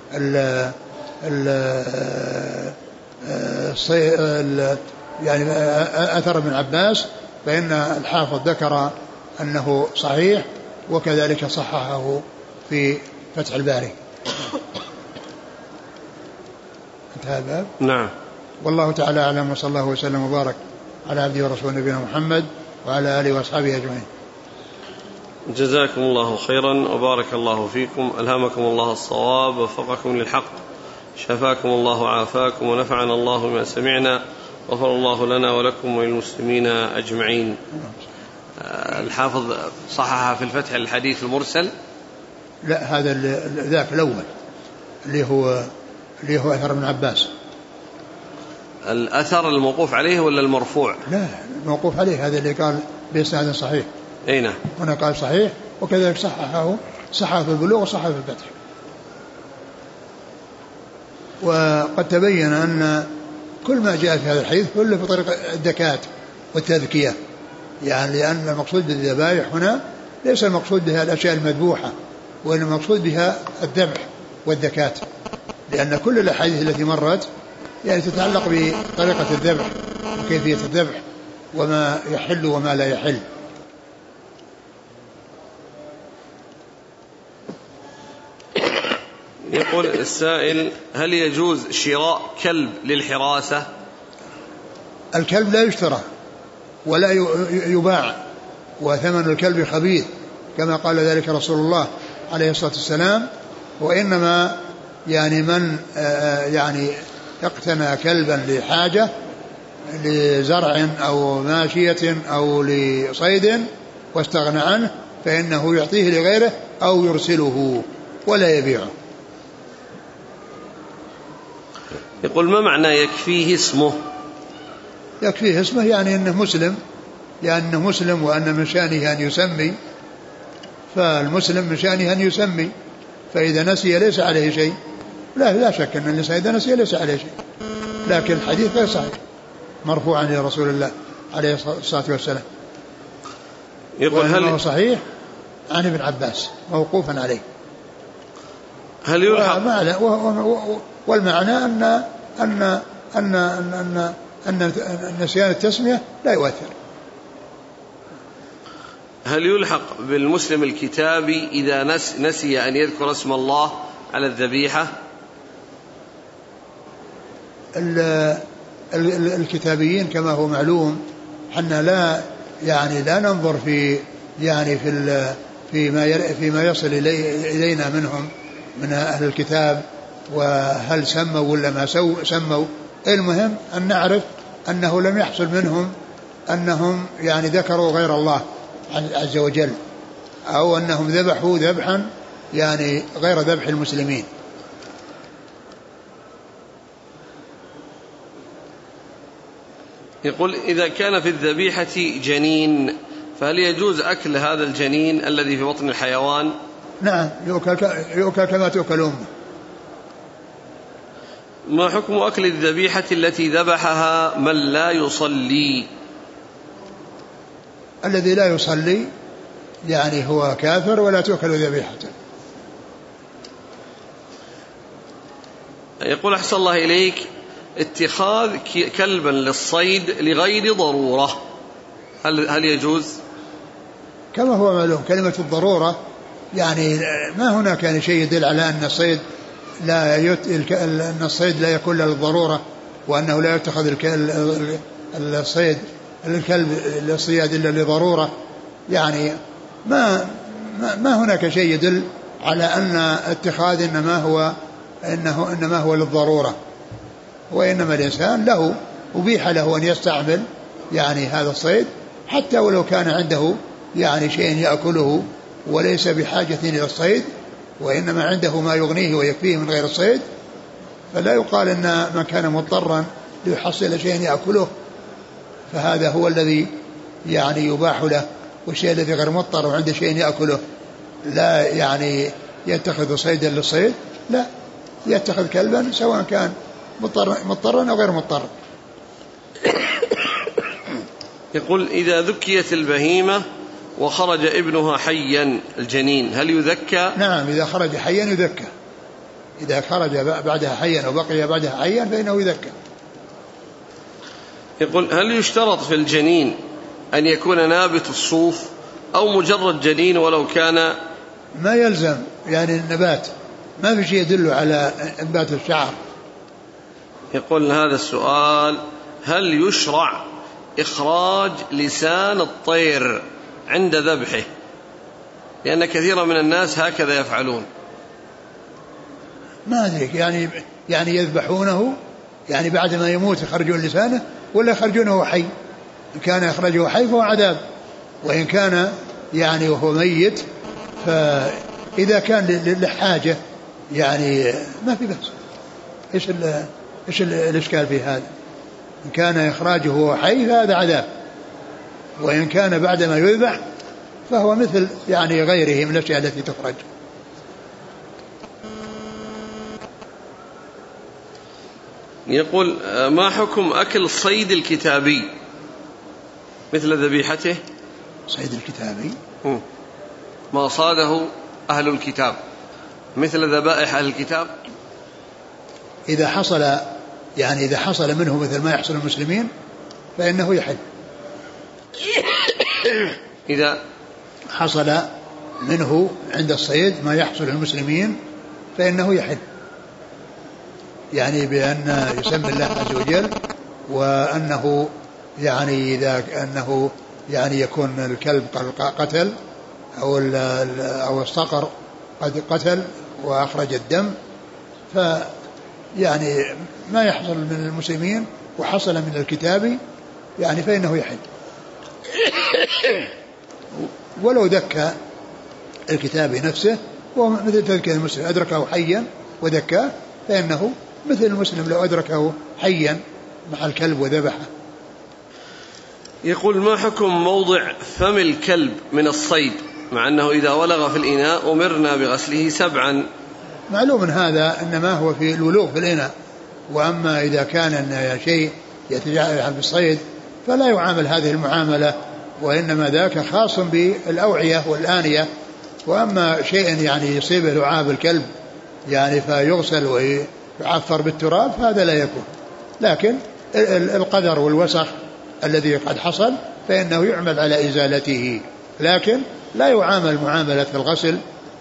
يعني أثر ابن عباس، فإن الحافظ ذكر أنه صحيح، وكذلك صححه في فتح الباري. انتهى الباب. نعم. والله تعالى أعلم، وصلى الله وسلم وبارك على عبده ورسوله نبينا محمد وعلى آله وأصحابه أجمعين. جزاكم الله خيرا وبارك الله فيكم، ألهمكم الله الصواب ووفقكم للحق، شفاكم الله وعافاكم، ونفعنا الله بما سمعنا، غفر الله لنا ولكم وللمسلمين أجمعين. الحافظ صحح في الفتح الحديث المرسل. لا، هذا ذاك الأول اللي هو أثر ابن عباس. الأثر الموقوف عليه ولا المرفوع؟ لا، الموقوف عليه، هذا اللي قال بإسناد صحيح. أين هنا قال صحيح، وكذلك صححه في البلوغ وصححه في الفتح. وقد تبين أن كل ما جاء في هذا الحديث كله في طريق الدكات والتذكية، يعني لأن المقصود بالذبائح هنا ليس المقصود بها الأشياء المذبوحة، وإنما المقصود بها الذبح والذكاة. لأن كل الأحاديث التي مرت يعني تتعلق بطريقة الذبح وكيفية الذبح وما يحل وما لا يحل. يقول السائل: هل يجوز شراء كلب للحراسة؟ الكلب لا يشترى ولا يباع، وثمن الكلب خبيث كما قال ذلك رسول الله عليه الصلاة والسلام. وإنما يعني من يعني اقتنى كلبا لحاجة لزرع أو ماشية أو لصيد واستغنى عنه فإنه يعطيه لغيره أو يرسله ولا يبيعه. يقول: ما معنى يكفيه اسمه؟ يكفيه اسمه يعني أنه مسلم، يعني أنه مسلم وأن من شأنه أن يسمي، فالمسلم من شأنه أن يسمي، فإذا نسي ليس عليه شيء. لا شك أن الإنسان إذا نسي ليس عليه شيء، لكن الحديث غير صحيح مرفوعا لرسول الله عليه الصلاة والسلام. يقول: هل صحيح عن ابن عباس موقوفا عليه. هل يلحق والمعنى أن نسيان التسمية لا يؤثر. هل يلحق بالمسلم الكتابي إذا نسي أن يذكر اسم الله على الذبيحة؟ الكتابيين كما هو معلوم حنا لا ننظر فيما يصل إلينا منهم من أهل الكتاب وهل سموا ولا ما سموا. المهم أن نعرف أنه لم يحصل منهم أنهم يعني ذكروا غير الله عز وجل أو أنهم ذبحوا ذبحا يعني غير ذبح المسلمين. يقول: إذا كان في الذبيحة جنين فهل يجوز أكل هذا الجنين الذي في بطن الحيوان؟ نعم، يؤكل كما تؤكل أمه. ما حكم أكل الذبيحة التي ذبحها من لا يصلي؟ الذي لا يصلي يعني هو كافر ولا تؤكل ذبيحته. يقول: أحسن الله إليك، اتخاذ كلبا للصيد لغير ضرورة هل يجوز؟ كما هو معلوم كلمة الضرورة يعني ما هناك يعني شيء يدل على أن الصيد لا يكون للضرورة وأنه لا يتخذ الصيد الكلب للصياد إلا لضرورة. يعني ما هناك شيء يدل على أن اتخاذ إنما هو للضرورة، وإنما الإنسان له أبيح له أن يستعمل يعني هذا الصيد حتى ولو كان عنده يعني شيء يأكله وليس بحاجة إلى الصيد وإنما عنده ما يغنيه ويكفيه من غير الصيد، فلا يقال إن من كان مضطرا ليحصل شيء يأكله فهذا هو الذي يعني يباح له، والشيء الذي غير مضطر وعنده شيء يأكله لا يعني يتخذ صيدا للصيد، لا يتخذ كلبا سواء كان مضطرا أو غير مضطر. يقول: إذا ذكيت البهيمة وخرج ابنها حيا الجنين هل يذكى؟ نعم، إذا خرج حيا يذكى، إذا خرج بعدها حيا أو بقي بعدها حيا فإنه يذكى. يقول: هل يشترط في الجنين أن يكون نابت الصوف أو مجرد جنين ولو كان؟ ما يلزم يعني النبات، ما في شيء يدل على انبات الشعر. يقول هذا السؤال: هل يشرع إخراج لسان الطير عند ذبحه؟ لأن كثيرا من الناس هكذا يفعلون. ما أدري يعني يذبحونه يعني بعد ما يموت يخرجون لسانه ولا يخرجونه حي؟ إن كان يخرجه حي فهو عذاب، وإن كان يعني وهو ميت فإذا كان للحاجة يعني ما في بأس. إيش الإشكال في هذا؟ إن كان إخراجه وهو حي فهذا عذاب، وإن كان بعدما يذبح فهو مثل يعني غيره من الأشياء التي تخرج. يقول: ما حكم أكل صيد الكتابي مثل ذبيحته؟ صيد الكتابي ما صاده أهل الكتاب مثل ذبائح أهل الكتاب. إذا حصل منه مثل ما يحصل المسلمين فإنه يحل. إذا حصل منه عند الصيد ما يحصل المسلمين فإنه يحل، يعني بأن يسمي الله عز وجل، وأنه يعني إذا أنه يعني يكون الكلب قتل أو الصقر قد قتل وأخرج الدم، فيعني ما يحصل من المسلمين وحصل من الكتاب يعني فإنه يحل. ولو ذكى الكتاب نفسه ومثل تذكير المسلم أدركه حيا وذكاه فإنه مثل المسلم لو أدركه حيا مع الكلب وذبحه. يقول: ما حكم موضع فم الكلب من الصيد مع أنه إذا ولغ في الإناء أمرنا بغسله 7؟ معلوم من هذا إنما هو في الولوغ في الإناء، وأما إذا كان شيء يتجاهل بالصيد فلا يعامل هذه المعاملة، وإنما ذاك خاص بالأوعية والآنية. وأما شيء يعني يصيبه لعاب الكلب يعني فيغسل ويعفر بالتراب هذا لا يكون، لكن القدر والوسخ الذي قد حصل فإنه يعمل على إزالته، لكن لا يعامل معاملة الغسل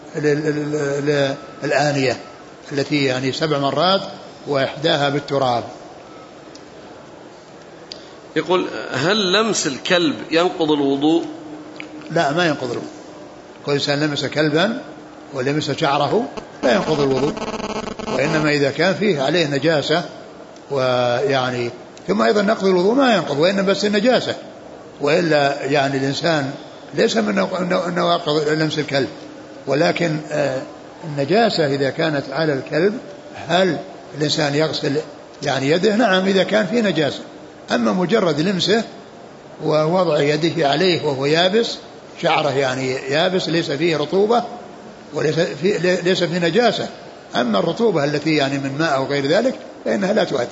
الآنية التي يعني 7 مرات وإحداها بالتراب. يقول: هل لمس الكلب ينقض الوضوء؟ لا، ما ينقض الوضوء. كل إنسان لمس كلبا ولمس شعره لا ينقض الوضوء، وإنما إذا كان فيه عليه نجاسة ويعني ثم أيضا نقض الوضوء ما ينقض، وإنما بس النجاسة، وإلا يعني الإنسان ليس من نواقض لمس الكلب، ولكن النجاسة إذا كانت على الكلب هل الإنسان يغسل يعني يده؟ نعم إذا كان فيه نجاسة. أما مجرد لمسه ووضع يده عليه وهو يابس، شعره يعني يابس ليس فيه رطوبة وليس فيه نجاسة، أما الرطوبة التي يعني من ماء أو غير ذلك فإنها لا تؤثر.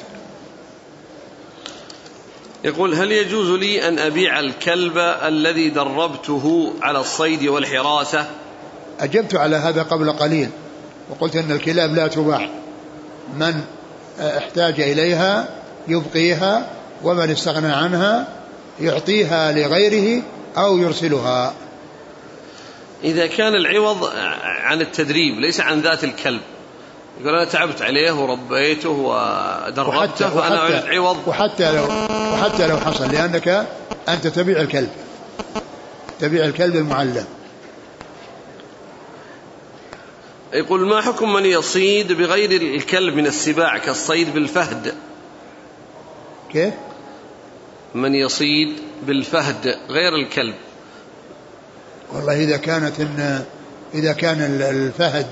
يقول: هل يجوز لي أن أبيع الكلب الذي دربته على الصيد والحراسة؟ أجبت على هذا قبل قليل وقلت أن الكلاب لا تباع، من احتاج إليها يبقيها، ومن استغنى عنها يعطيها لغيره أو يرسلها. إذا كان العوض عن التدريب ليس عن ذات الكلب، يقول: أنا تعبت عليه وربيته ودربته فأنا أريد عوض. وحتى لو حصل، لأنك أنت تبيع الكلب، تبيع الكلب المعلم. يقول: ما حكم من يصيد بغير الكلب من السباع كالصيد بالفهد؟ كيف؟ من يصيد بالفهد غير الكلب. والله إذا كان الفهد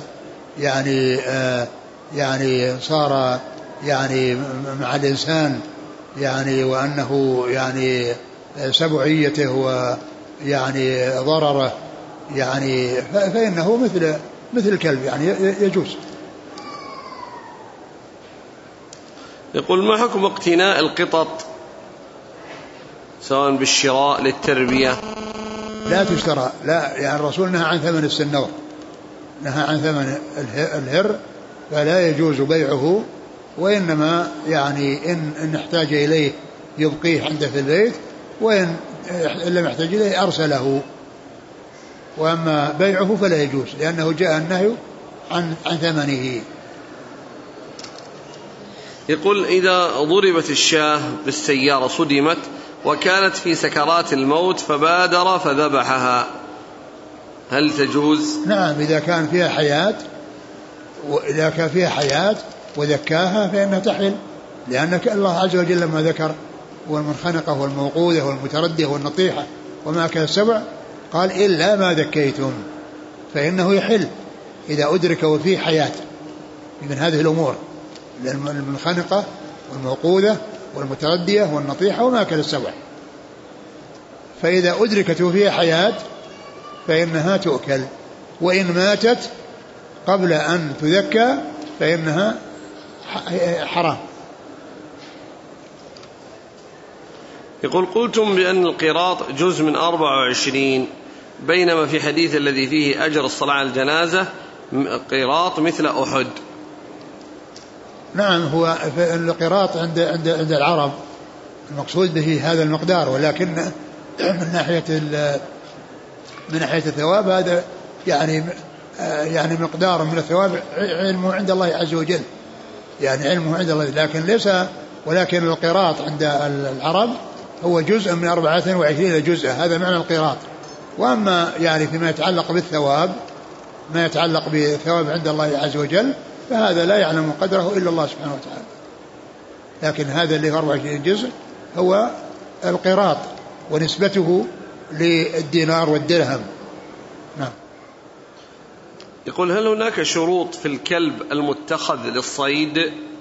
يعني صار يعني مع الإنسان يعني وأنه يعني سبعيته ويعني ضرره يعني فإنه مثل الكلب يعني يجوز. يقول: ما حكم اقتناء القطط سواء بالشراء للتربية؟ لا تشترى، لا، يعني الرسول نهى عن ثمن السنور، نهى عن ثمن الهر، فلا يجوز بيعه، وإنما يعني إن احتاج إليه يبقيه عنده في البيت، وإن لم يحتاج إليه أرسله، وأما بيعه فلا يجوز لأنه جاء النهي عن ثمنه. يقول: إذا ضربت الشاة بالسيارة صدمت وكانت في سكرات الموت فبادر فذبحها، هل تجوز؟ نعم، إذا كان فيها حياة وذكاها فإنها تحل، لأنك الله عز وجل لما ذكر والمنخنقة والموقوذة والمتردية والنطيحة وما أكل السبع قال إلا ما ذكيتم، فإنه يحل إذا أدرك وفيه حياة من هذه الأمور، المنخنقة والموقوذة والمتردية والنطيحة وما أكل السبع، فإذا أدركت وفيها حياة فإنها تؤكل، وإن ماتت قبل أن تذكى فإنها حرام. يقول: قلتم بأن القراط جزء من 24، بينما في حديث الذي فيه أجر الصلاة على الجنازة قراط مثل أحد. نعم هو القراط عند العرب المقصود به هذا المقدار، ولكن من ناحية الثواب هذا يعني مقدار من الثواب علمه عند الله عز وجل، يعني علمه عند الله، ولكن القراط عند العرب هو جزء من 24 جزء، هذا معنى القراط. وأما يعني فيما يتعلق بالثواب، ما يتعلق بالثواب عند الله عز وجل، فهذا لا يعلم قدره إلا الله سبحانه وتعالى. لكن هذا اللي 24 جزء هو القراط ونسبته للدينار والدرهم. نعم. يقول هل هناك شروط في الكلب المتخذ للصيد؟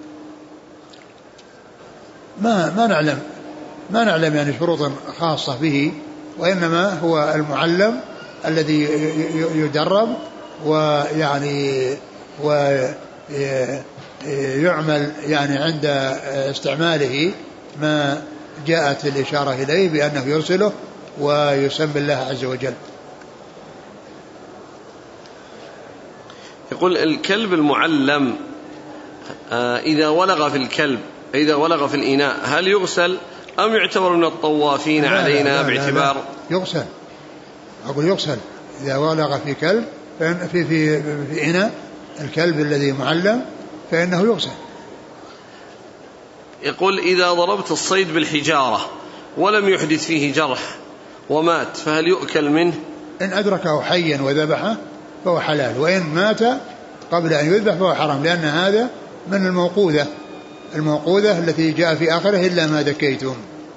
ما نعلم يعني شروط خاصة به، وإنما هو المعلم الذي يدرب ويعني ويعمل يعني عند استعماله ما جاءت الإشارة إليه بأنه يرسله ويسمي الله عز وجل. يقول الكلب المعلم إذا ولغ في الإناء هل يغسل أم يعتبر من الطوافين علينا باعتبار؟ يغسل. أقول يغسل إذا ولغ في كلب في إناء الكلب الذي معلم فإنه يغسل. يقول إذا ضربت الصيد بالحجارة ولم يحدث فيه جرح ومات فهل يؤكل منه؟ إن أدركه حيا وذبحه فهو حلال، وإن مات قبل أن يذبح فهو حرام، لأن هذا من الموقوذة التي جاء في آخره إلا ما ذكيتم.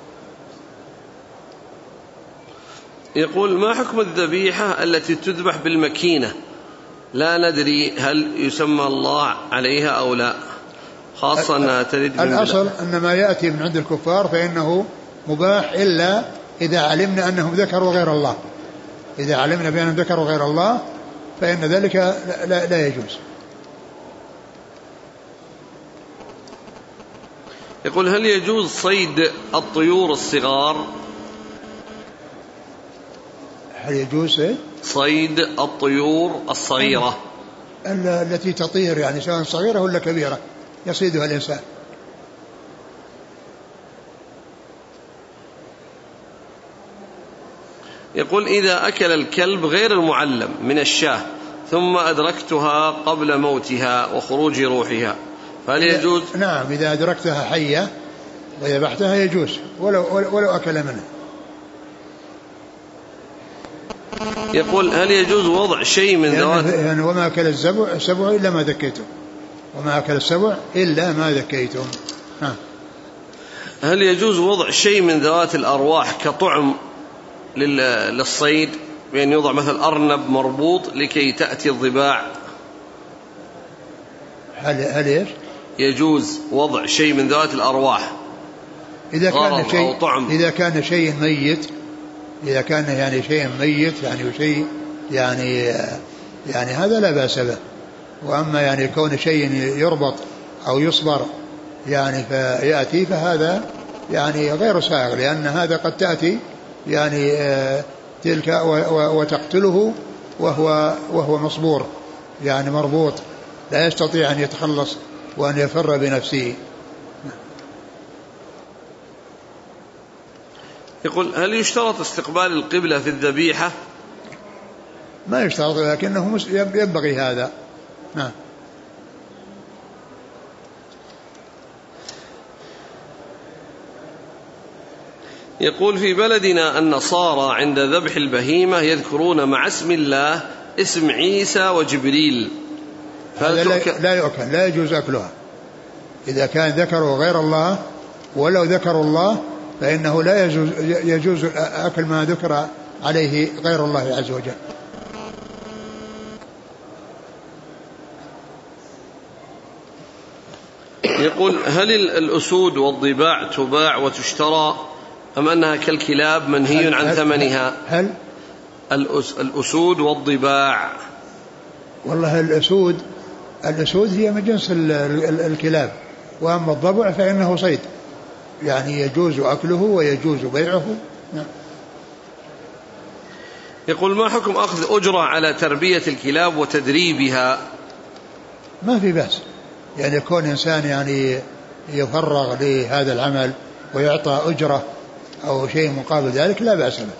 يقول ما حكم الذبيحة التي تذبح بالمكينة لا ندري هل يسمى الله عليها أو لا، خاصة أنها ترد من الأصل أن ما يأتي من عند الكفار فإنه مباح إلا إذا علمنا أنهم ذكروا غير الله، إذا علمنا بأنهم ذكروا غير الله فإن ذلك لا يجوز. يقول هل يجوز صيد الطيور الصغار؟ هل يجوز صيد الطيور الصغيرة التي تطير يعني سواء صغيرة ولا كبيرة يصيدها الإنسان؟ يقول إذا أكل الكلب غير المعلم من الشاة ثم أدركتها قبل موتها وخروج روحها فهل يجوز؟ نعم إذا أدركتها حية وذبحتها يجوز ولو أكل منها. يقول هل يجوز وضع شيء من ذوات يعني وما أكل السبع إلا ما ذكيتم، وما أكل السبع إلا ما ذكيتم. هل يجوز وضع شيء من ذوات الأرواح كطعم للصيد، بأن يوضع مثل أرنب مربوط لكي تأتي الضباع؟ هل إيش؟ يجوز وضع شيء من ذوات الأرواح إذا كان شيء ميت، إذا كان يعني شيء ميت يعني شيء يعني هذا لا بأس به. وأما يعني كون شيء يربط أو يصبر يعني فيأتي فهذا يعني غير سائغ، لأن هذا قد تأتي يعني تلك وتقتله وهو مصبور يعني مربوط لا يستطيع أن يتخلص وأن يفر بنفسه. يقول هل يشترط استقبال القبلة في الذبيحة؟ ما يشترط، لكنه ينبغي هذا. نعم. يقول في بلدنا النصارى عند ذبح البهيمة يذكرون مع اسم الله اسم عيسى وجبريل، لا يؤكل، لا يجوز أكلها. إذا كان ذكروا غير الله ولو ذكروا الله فإنه لا يجوز أكل ما ذكر عليه غير الله عز وجل. يقول هل الأسود والضباع تباع وتشترى أم أنها كالكلاب منهي عن ثمنها؟ هل الأسود والضباع؟ والله الأسود هي من جنس الكلاب، وأما الضبع فإنه صيد يعني يجوز أكله ويجوز بيعه. نعم. يقول ما حكم أخذ أجرة على تربية الكلاب وتدريبها؟ ما في بأس، يعني يكون إنسان يعني يفرغ لهذا العمل ويعطى أجرة أو شيء مقابل ذلك لا بأس به.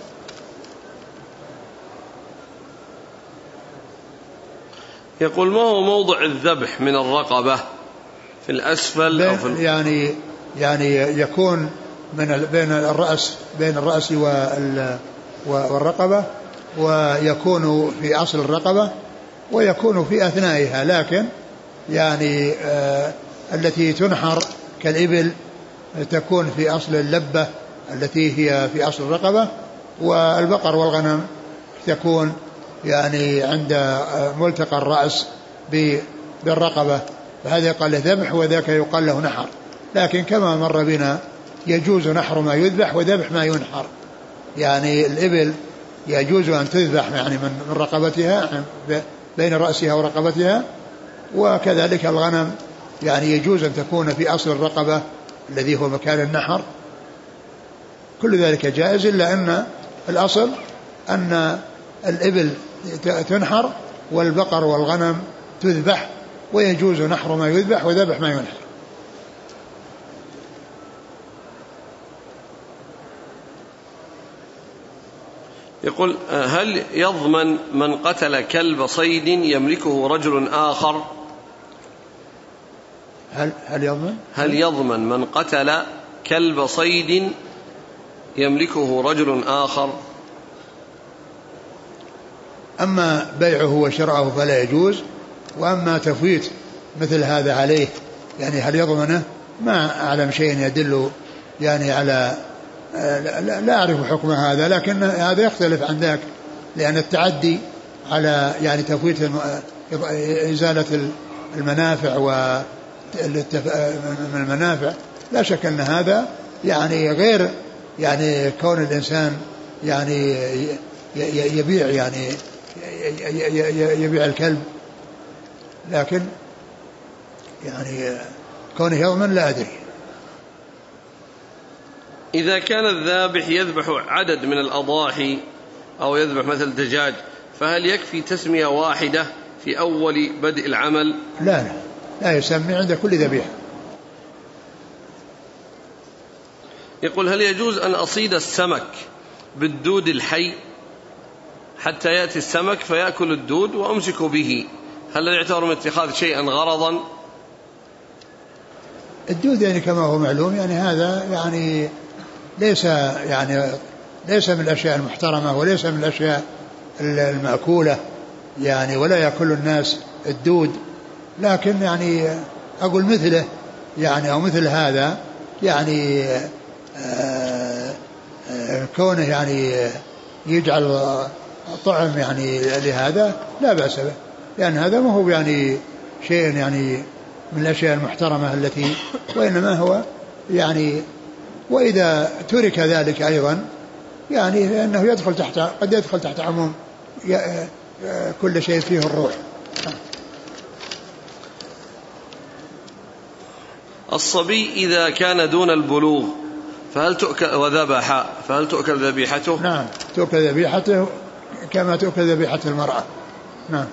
يقول ما هو موضع الذبح من الرقبة، في الأسفل أو في يعني يكون بين الرأس والرقبة، ويكون في أصل الرقبة ويكون في أثنائها، لكن يعني التي تنحر كالإبل تكون في أصل اللبة التي هي في أصل الرقبة، والبقر والغنم تكون يعني عند ملتقى الرأس بالرقبة، فهذا يقال له ذبح وذاك يقال له نحر. لكن كما مر بنا يجوز نحر ما يذبح وذبح ما ينحر، يعني الإبل يجوز أن تذبح يعني من رقبتها بين رأسها ورقبتها، وكذلك الغنم يعني يجوز أن تكون في أصل الرقبة الذي هو مكان النحر، كل ذلك جائز، إلا أن الأصل أن الإبل تنحر والبقر والغنم تذبح، ويجوز نحر ما يذبح وذبح ما ينحر. يقول هل يضمن من قتل كلب صيد يملكه رجل آخر؟ هل يضمن من قتل كلب صيد يملكه رجل آخر؟ أما بيعه وشراءه فلا يجوز، وأما تفويت مثل هذا عليه يعني هل يضمنه؟ ما أعلم شيء يدل يعني على لا أعرف حكم هذا، لكن هذا يختلف عن ذاك، لأن التعدي على يعني تفويت إزالة المنافع والمنافع لا شك أن هذا يعني غير يعني كون الإنسان يعني يبيع يعني يبيع الكلب، لكن يعني كونه يضمن لا أدري. إذا كان الذابح يذبح عدد من الأضاحي أو يذبح مثل دجاج، فهل يكفي تسمية واحدة في أول بدء العمل؟ لا يسمي عند كل ذبيحة. يقول هل يجوز أن أصيد السمك بالدود الحي حتى يأتي السمك فيأكل الدود وأمسك به، هل يعتبر من اتخاذ شيئا غرضا؟ الدود يعني كما هو معلوم يعني هذا يعني ليس من الأشياء المحترمة وليس من الأشياء المأكولة يعني، ولا يأكل الناس الدود، لكن يعني أقول مثله يعني أو مثل هذا يعني كونه يعني يجعل طعم يعني لهذا لا بأس به، لأن هذا ما هو يعني شيء يعني من الأشياء المحترمة التي، وإنما هو يعني وإذا ترك ذلك أيضا يعني فإنه يدخل تحت قد يدخل تحت عموم كل شيء فيه الروح. الصبي إذا كان دون البلوغ فهل تؤكل وذبح فهل تؤكل ذبيحته؟ نعم تؤكل ذبيحته كما تؤكل ذبيحة المرأة. نعم.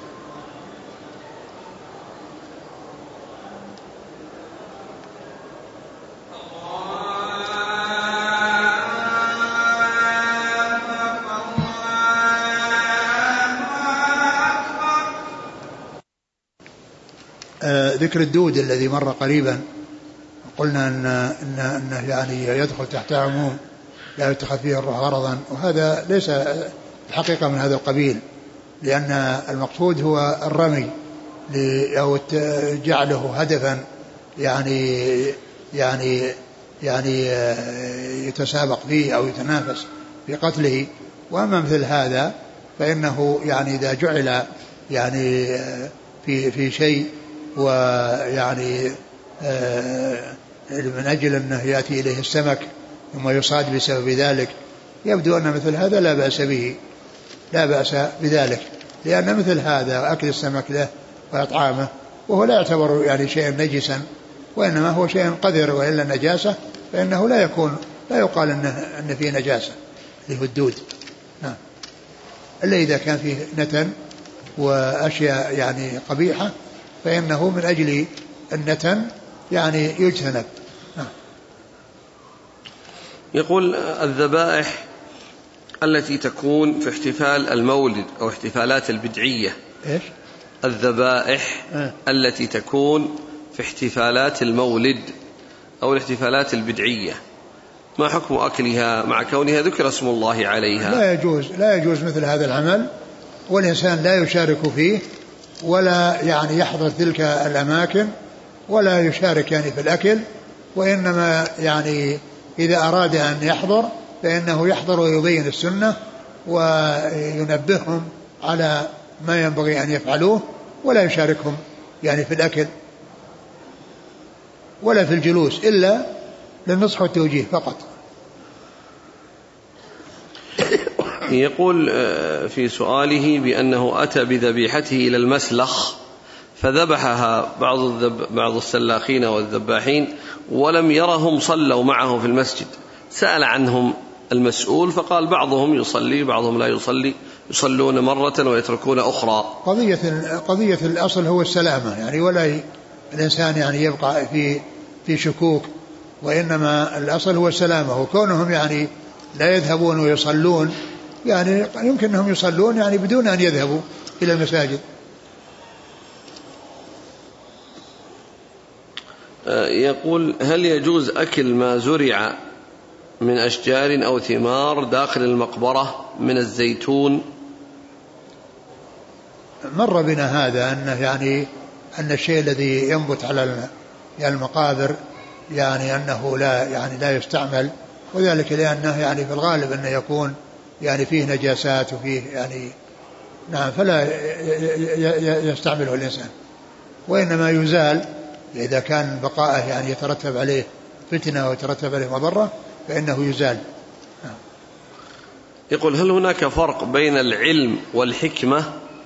ذكر الدود الذي مر قريبا قلنا أنه يعني يدخل تحت عموم لا يتخذ فيه الروح غرضا، وهذا ليس الحقيقة من هذا القبيل، لأن المقصود هو الرمي أو جعله هدفا يعني يتسابق فيه أو يتنافس في قتله. وأما مثل هذا فإنه يعني إذا جعل يعني في شيء ويعني من أجل أنه يأتي إليه السمك ثم يصاد بسبب ذلك، يبدو أن مثل هذا لا بأس به، لا بأس بذلك، لأن مثل هذا أكل السمك له وإطعامه وهو لا يعتبر يعني شيئا نجسا، وإنما هو شيء قذر، وإلا النجاسة فإنه لا يقال أن فيه نجاسة اللي هو الدود. نعم. إلا إذا كان فيه نتن وأشياء يعني قبيحة فإنه من أجل النتن يعني يجتنب. يقول الذبائح التي تكون في احتفال المولد أو احتفالات البدعية. إيش؟ الذبائح التي تكون في احتفالات المولد أو الاحتفالات البدعية، ما حكم أكلها مع كونها ذكر اسم الله عليها؟ لا يجوز مثل هذا العمل، والإنسان لا يشارك فيه ولا يعني يحضر تلك الأماكن ولا يشارك يعني في الأكل، وإنما يعني إذا أراد أن يحضر فإنه يحضر ويبين السنة وينبههم على ما ينبغي أن يفعلوه، ولا يشاركهم يعني في الأكل ولا في الجلوس إلا للنصح والتوجيه فقط. يقول في سؤاله بأنه أتى بذبيحته إلى المسلخ فذبحها بعض السلاخين والذباحين ولم يرهم صلوا معه في المسجد، سأل عنهم المسؤول فقال بعضهم يصلي بعضهم لا يصلي، يصلون مرة ويتركون أخرى. قضية الأصل هو السلامة يعني، ولا الإنسان يعني يبقى في شكوك، وإنما الأصل هو السلامة، وكونهم يعني لا يذهبون ويصلون يعني يمكن أنهم يصلون يعني بدون أن يذهبوا إلى المساجد. يقول هل يجوز أكل ما زرع من أشجار أو ثمار داخل المقبرة من الزيتون؟ مر بنا هذا أنه يعني أن الشيء الذي ينبت على المقابر يعني أنه لا يستعمل، وذلك لأنه يعني في الغالب أنه يكون يعني فيه نجاسات وفيه يعني نعم، فلا يستعمله الإنسان، وإنما يزال إذا كان بقائه يعني يترتب عليه فتنة ويترتب عليه مضرة فإنه يزال. يقول هل هناك فرق بين العلم والحكمة؟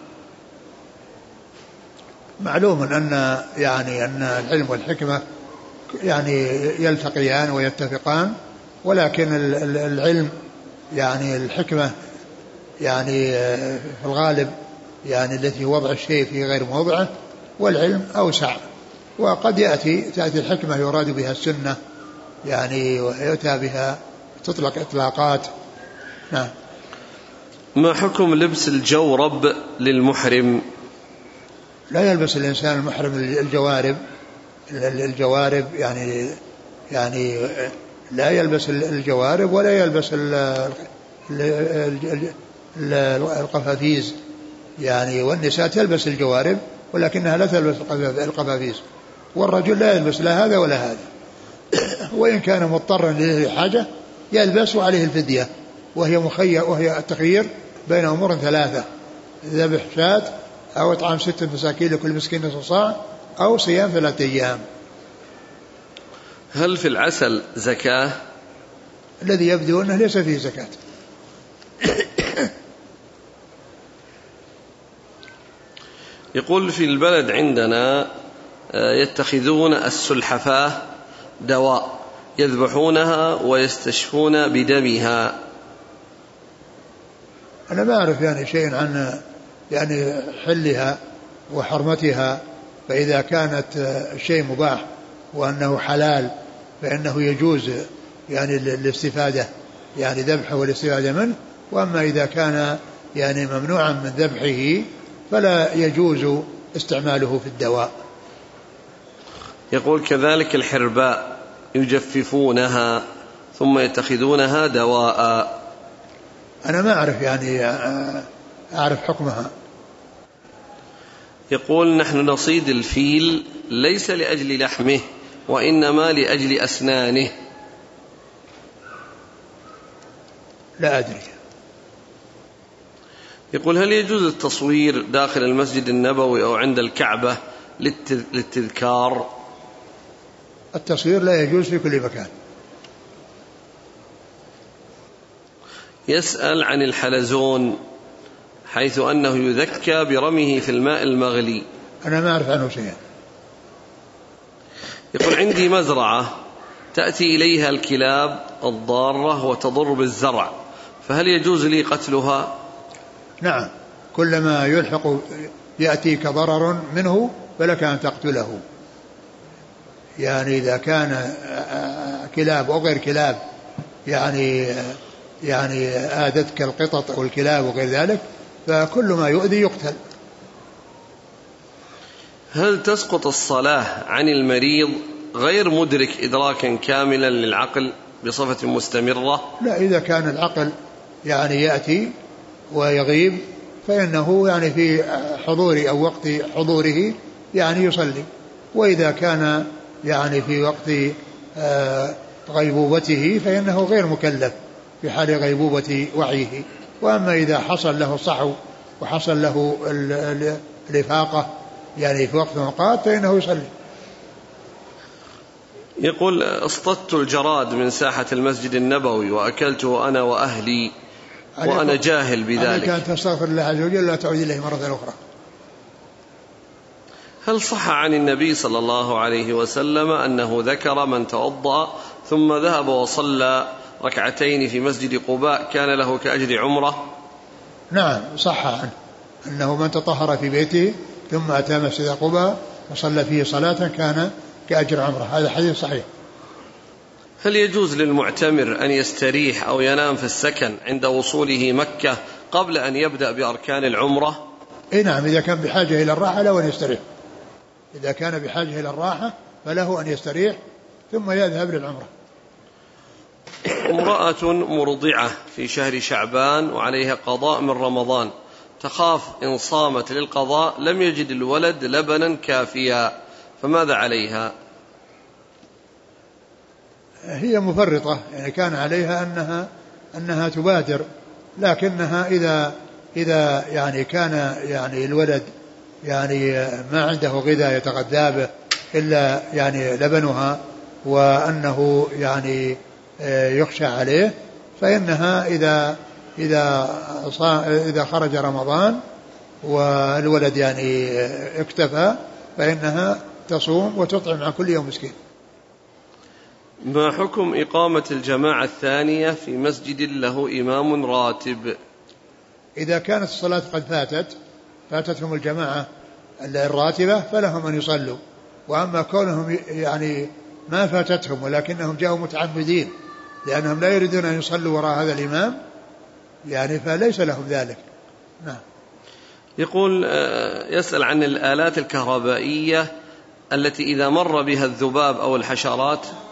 معلوم أن العلم والحكمة يعني يلتقيان ويتفقان، ولكن العلم يعني الحكمة يعني في الغالب يعني التي وضع الشيء في غير موضعه، والعلم أوسع، وقد تأتي الحكمة يراد بها السنة يعني ويؤتى بها تطلق إطلاقات. نعم. ما حكم لبس الجورب للمحرم؟ لا يلبس الإنسان المحرم الجوارب يعني لا يلبس الجوارب ولا يلبس القفافيز يعني، والنساء تلبس الجوارب ولكنها لا تلبس القفافيز، والرجل لا يلبس لا هذا ولا هذا، وإن كان مضطرا لحاجة يلبس عليه الفدية، وهي التخيير بين أمور ثلاثة: ذبح شاة أو إطعام 6 مساكين لكل مسكين نصف صاع أو صيام 3 أيام. هل في العسل زكاة؟ الذي يبدو أنه ليس فيه زكاة. يقول في البلد عندنا يتخذون السلحفاة دواء يذبحونها ويستشفون بدمها. أنا ما أعرف يعني شيء عن يعني حلها وحرمتها، فإذا كانت الشيء مباح وأنه حلال فإنه يجوز يعني الاستفادة يعني ذبحه والاستفادة منه، وأما إذا كان يعني ممنوعا من ذبحه فلا يجوز استعماله في الدواء. يقول كذلك الحرباء يجففونها ثم يتخذونها دواء. أنا ما أعرف يعني أعرف حكمها. يقول نحن نصيد الفيل ليس لأجل لحمه وإنما لأجل أسنانه. لا أدري. يقول هل يجوز التصوير داخل المسجد النبوي أو عند الكعبة للتذكار؟ التصوير لا يجوز في كل مكان. يسأل عن الحلزون حيث أنه يذكى برميه في الماء المغلي. أنا ما أعرف عنه شيئا. يقول عندي مزرعة تأتي إليها الكلاب الضارة وتضر بالزرع، فهل يجوز لي قتلها؟ نعم، كلما يلحق يأتيك ضرر منه فلك أن تقتله. يعني إذا كان كلاب أو غير كلاب يعني آذتك القطط أو الكلاب وغير ذلك فكل ما يؤذي يقتل. هل تسقط الصلاة عن المريض غير مدرك إدراكا كاملا للعقل بصفة مستمرة؟ لا، إذا كان العقل يعني يأتي ويغيب فإنه يعني في حضور أو وقت حضوره يعني يصلي، وإذا كان يعني في وقت غيبوبته فإنه غير مكلف في حال غيبوبة وعيه. وأما إذا حصل له الصحو وحصل له الإفاقة يعني في وقت وقت فإنه يصلي. يقول: اصطدت الجراد من ساحة المسجد النبوي وأكلته أنا وأهلي وأنا جاهل بذلك، عليك أن تستغفر الله عز وجل لا تعود إليه مرة أخرى. هل صح عن النبي صلى الله عليه وسلم أنه ذكر من توضأ ثم ذهب وصلى ركعتين في مسجد قباء كان له كأجر عمرة؟ نعم صح عنه أنه من تطهر في بيته ثم أتى مسجد قباء وصلى فيه صلاة كان كأجر عمرة. هذا حديث صحيح. هل يجوز للمعتمر أن يستريح أو ينام في السكن عند وصوله مكة قبل أن يبدأ بأركان العمرة؟ إيه نعم، إذا كان بحاجة إلى الراحة له أن يستريح. إذا كان بحاجة إلى الراحة فله أن يستريح ثم يذهب للعمرة. امرأة مرضعة في شهر شعبان وعليها قضاء من رمضان، تخاف إن صامت للقضاء لم يجد الولد لبنا كافيا، فماذا عليها؟ هي مفرطة، يعني كان عليها أنها تبادر، لكنها إذا يعني كان يعني الولد يعني ما عنده غذاء يتغذى به إلا يعني لبنها وأنه يعني يخشى عليه، فإنها إذا خرج رمضان والولد يعني اكتفى فإنها تصوم وتطعم عن كل يوم مسكين. ما حكم إقامة الجماعة الثانية في مسجد له إمام راتب؟ إذا كانت الصلاة قد فاتتهم الجماعة الراتبة فلهم أن يصلوا، وأما كونهم يعني ما فاتتهم ولكنهم جاءوا متعمدين لأنهم لا يريدون أن يصلوا وراء هذا الإمام يعني فليس لهم ذلك. نعم. يقول يسأل عن الآلات الكهربائية التي إذا مر بها الذباب أو الحشرات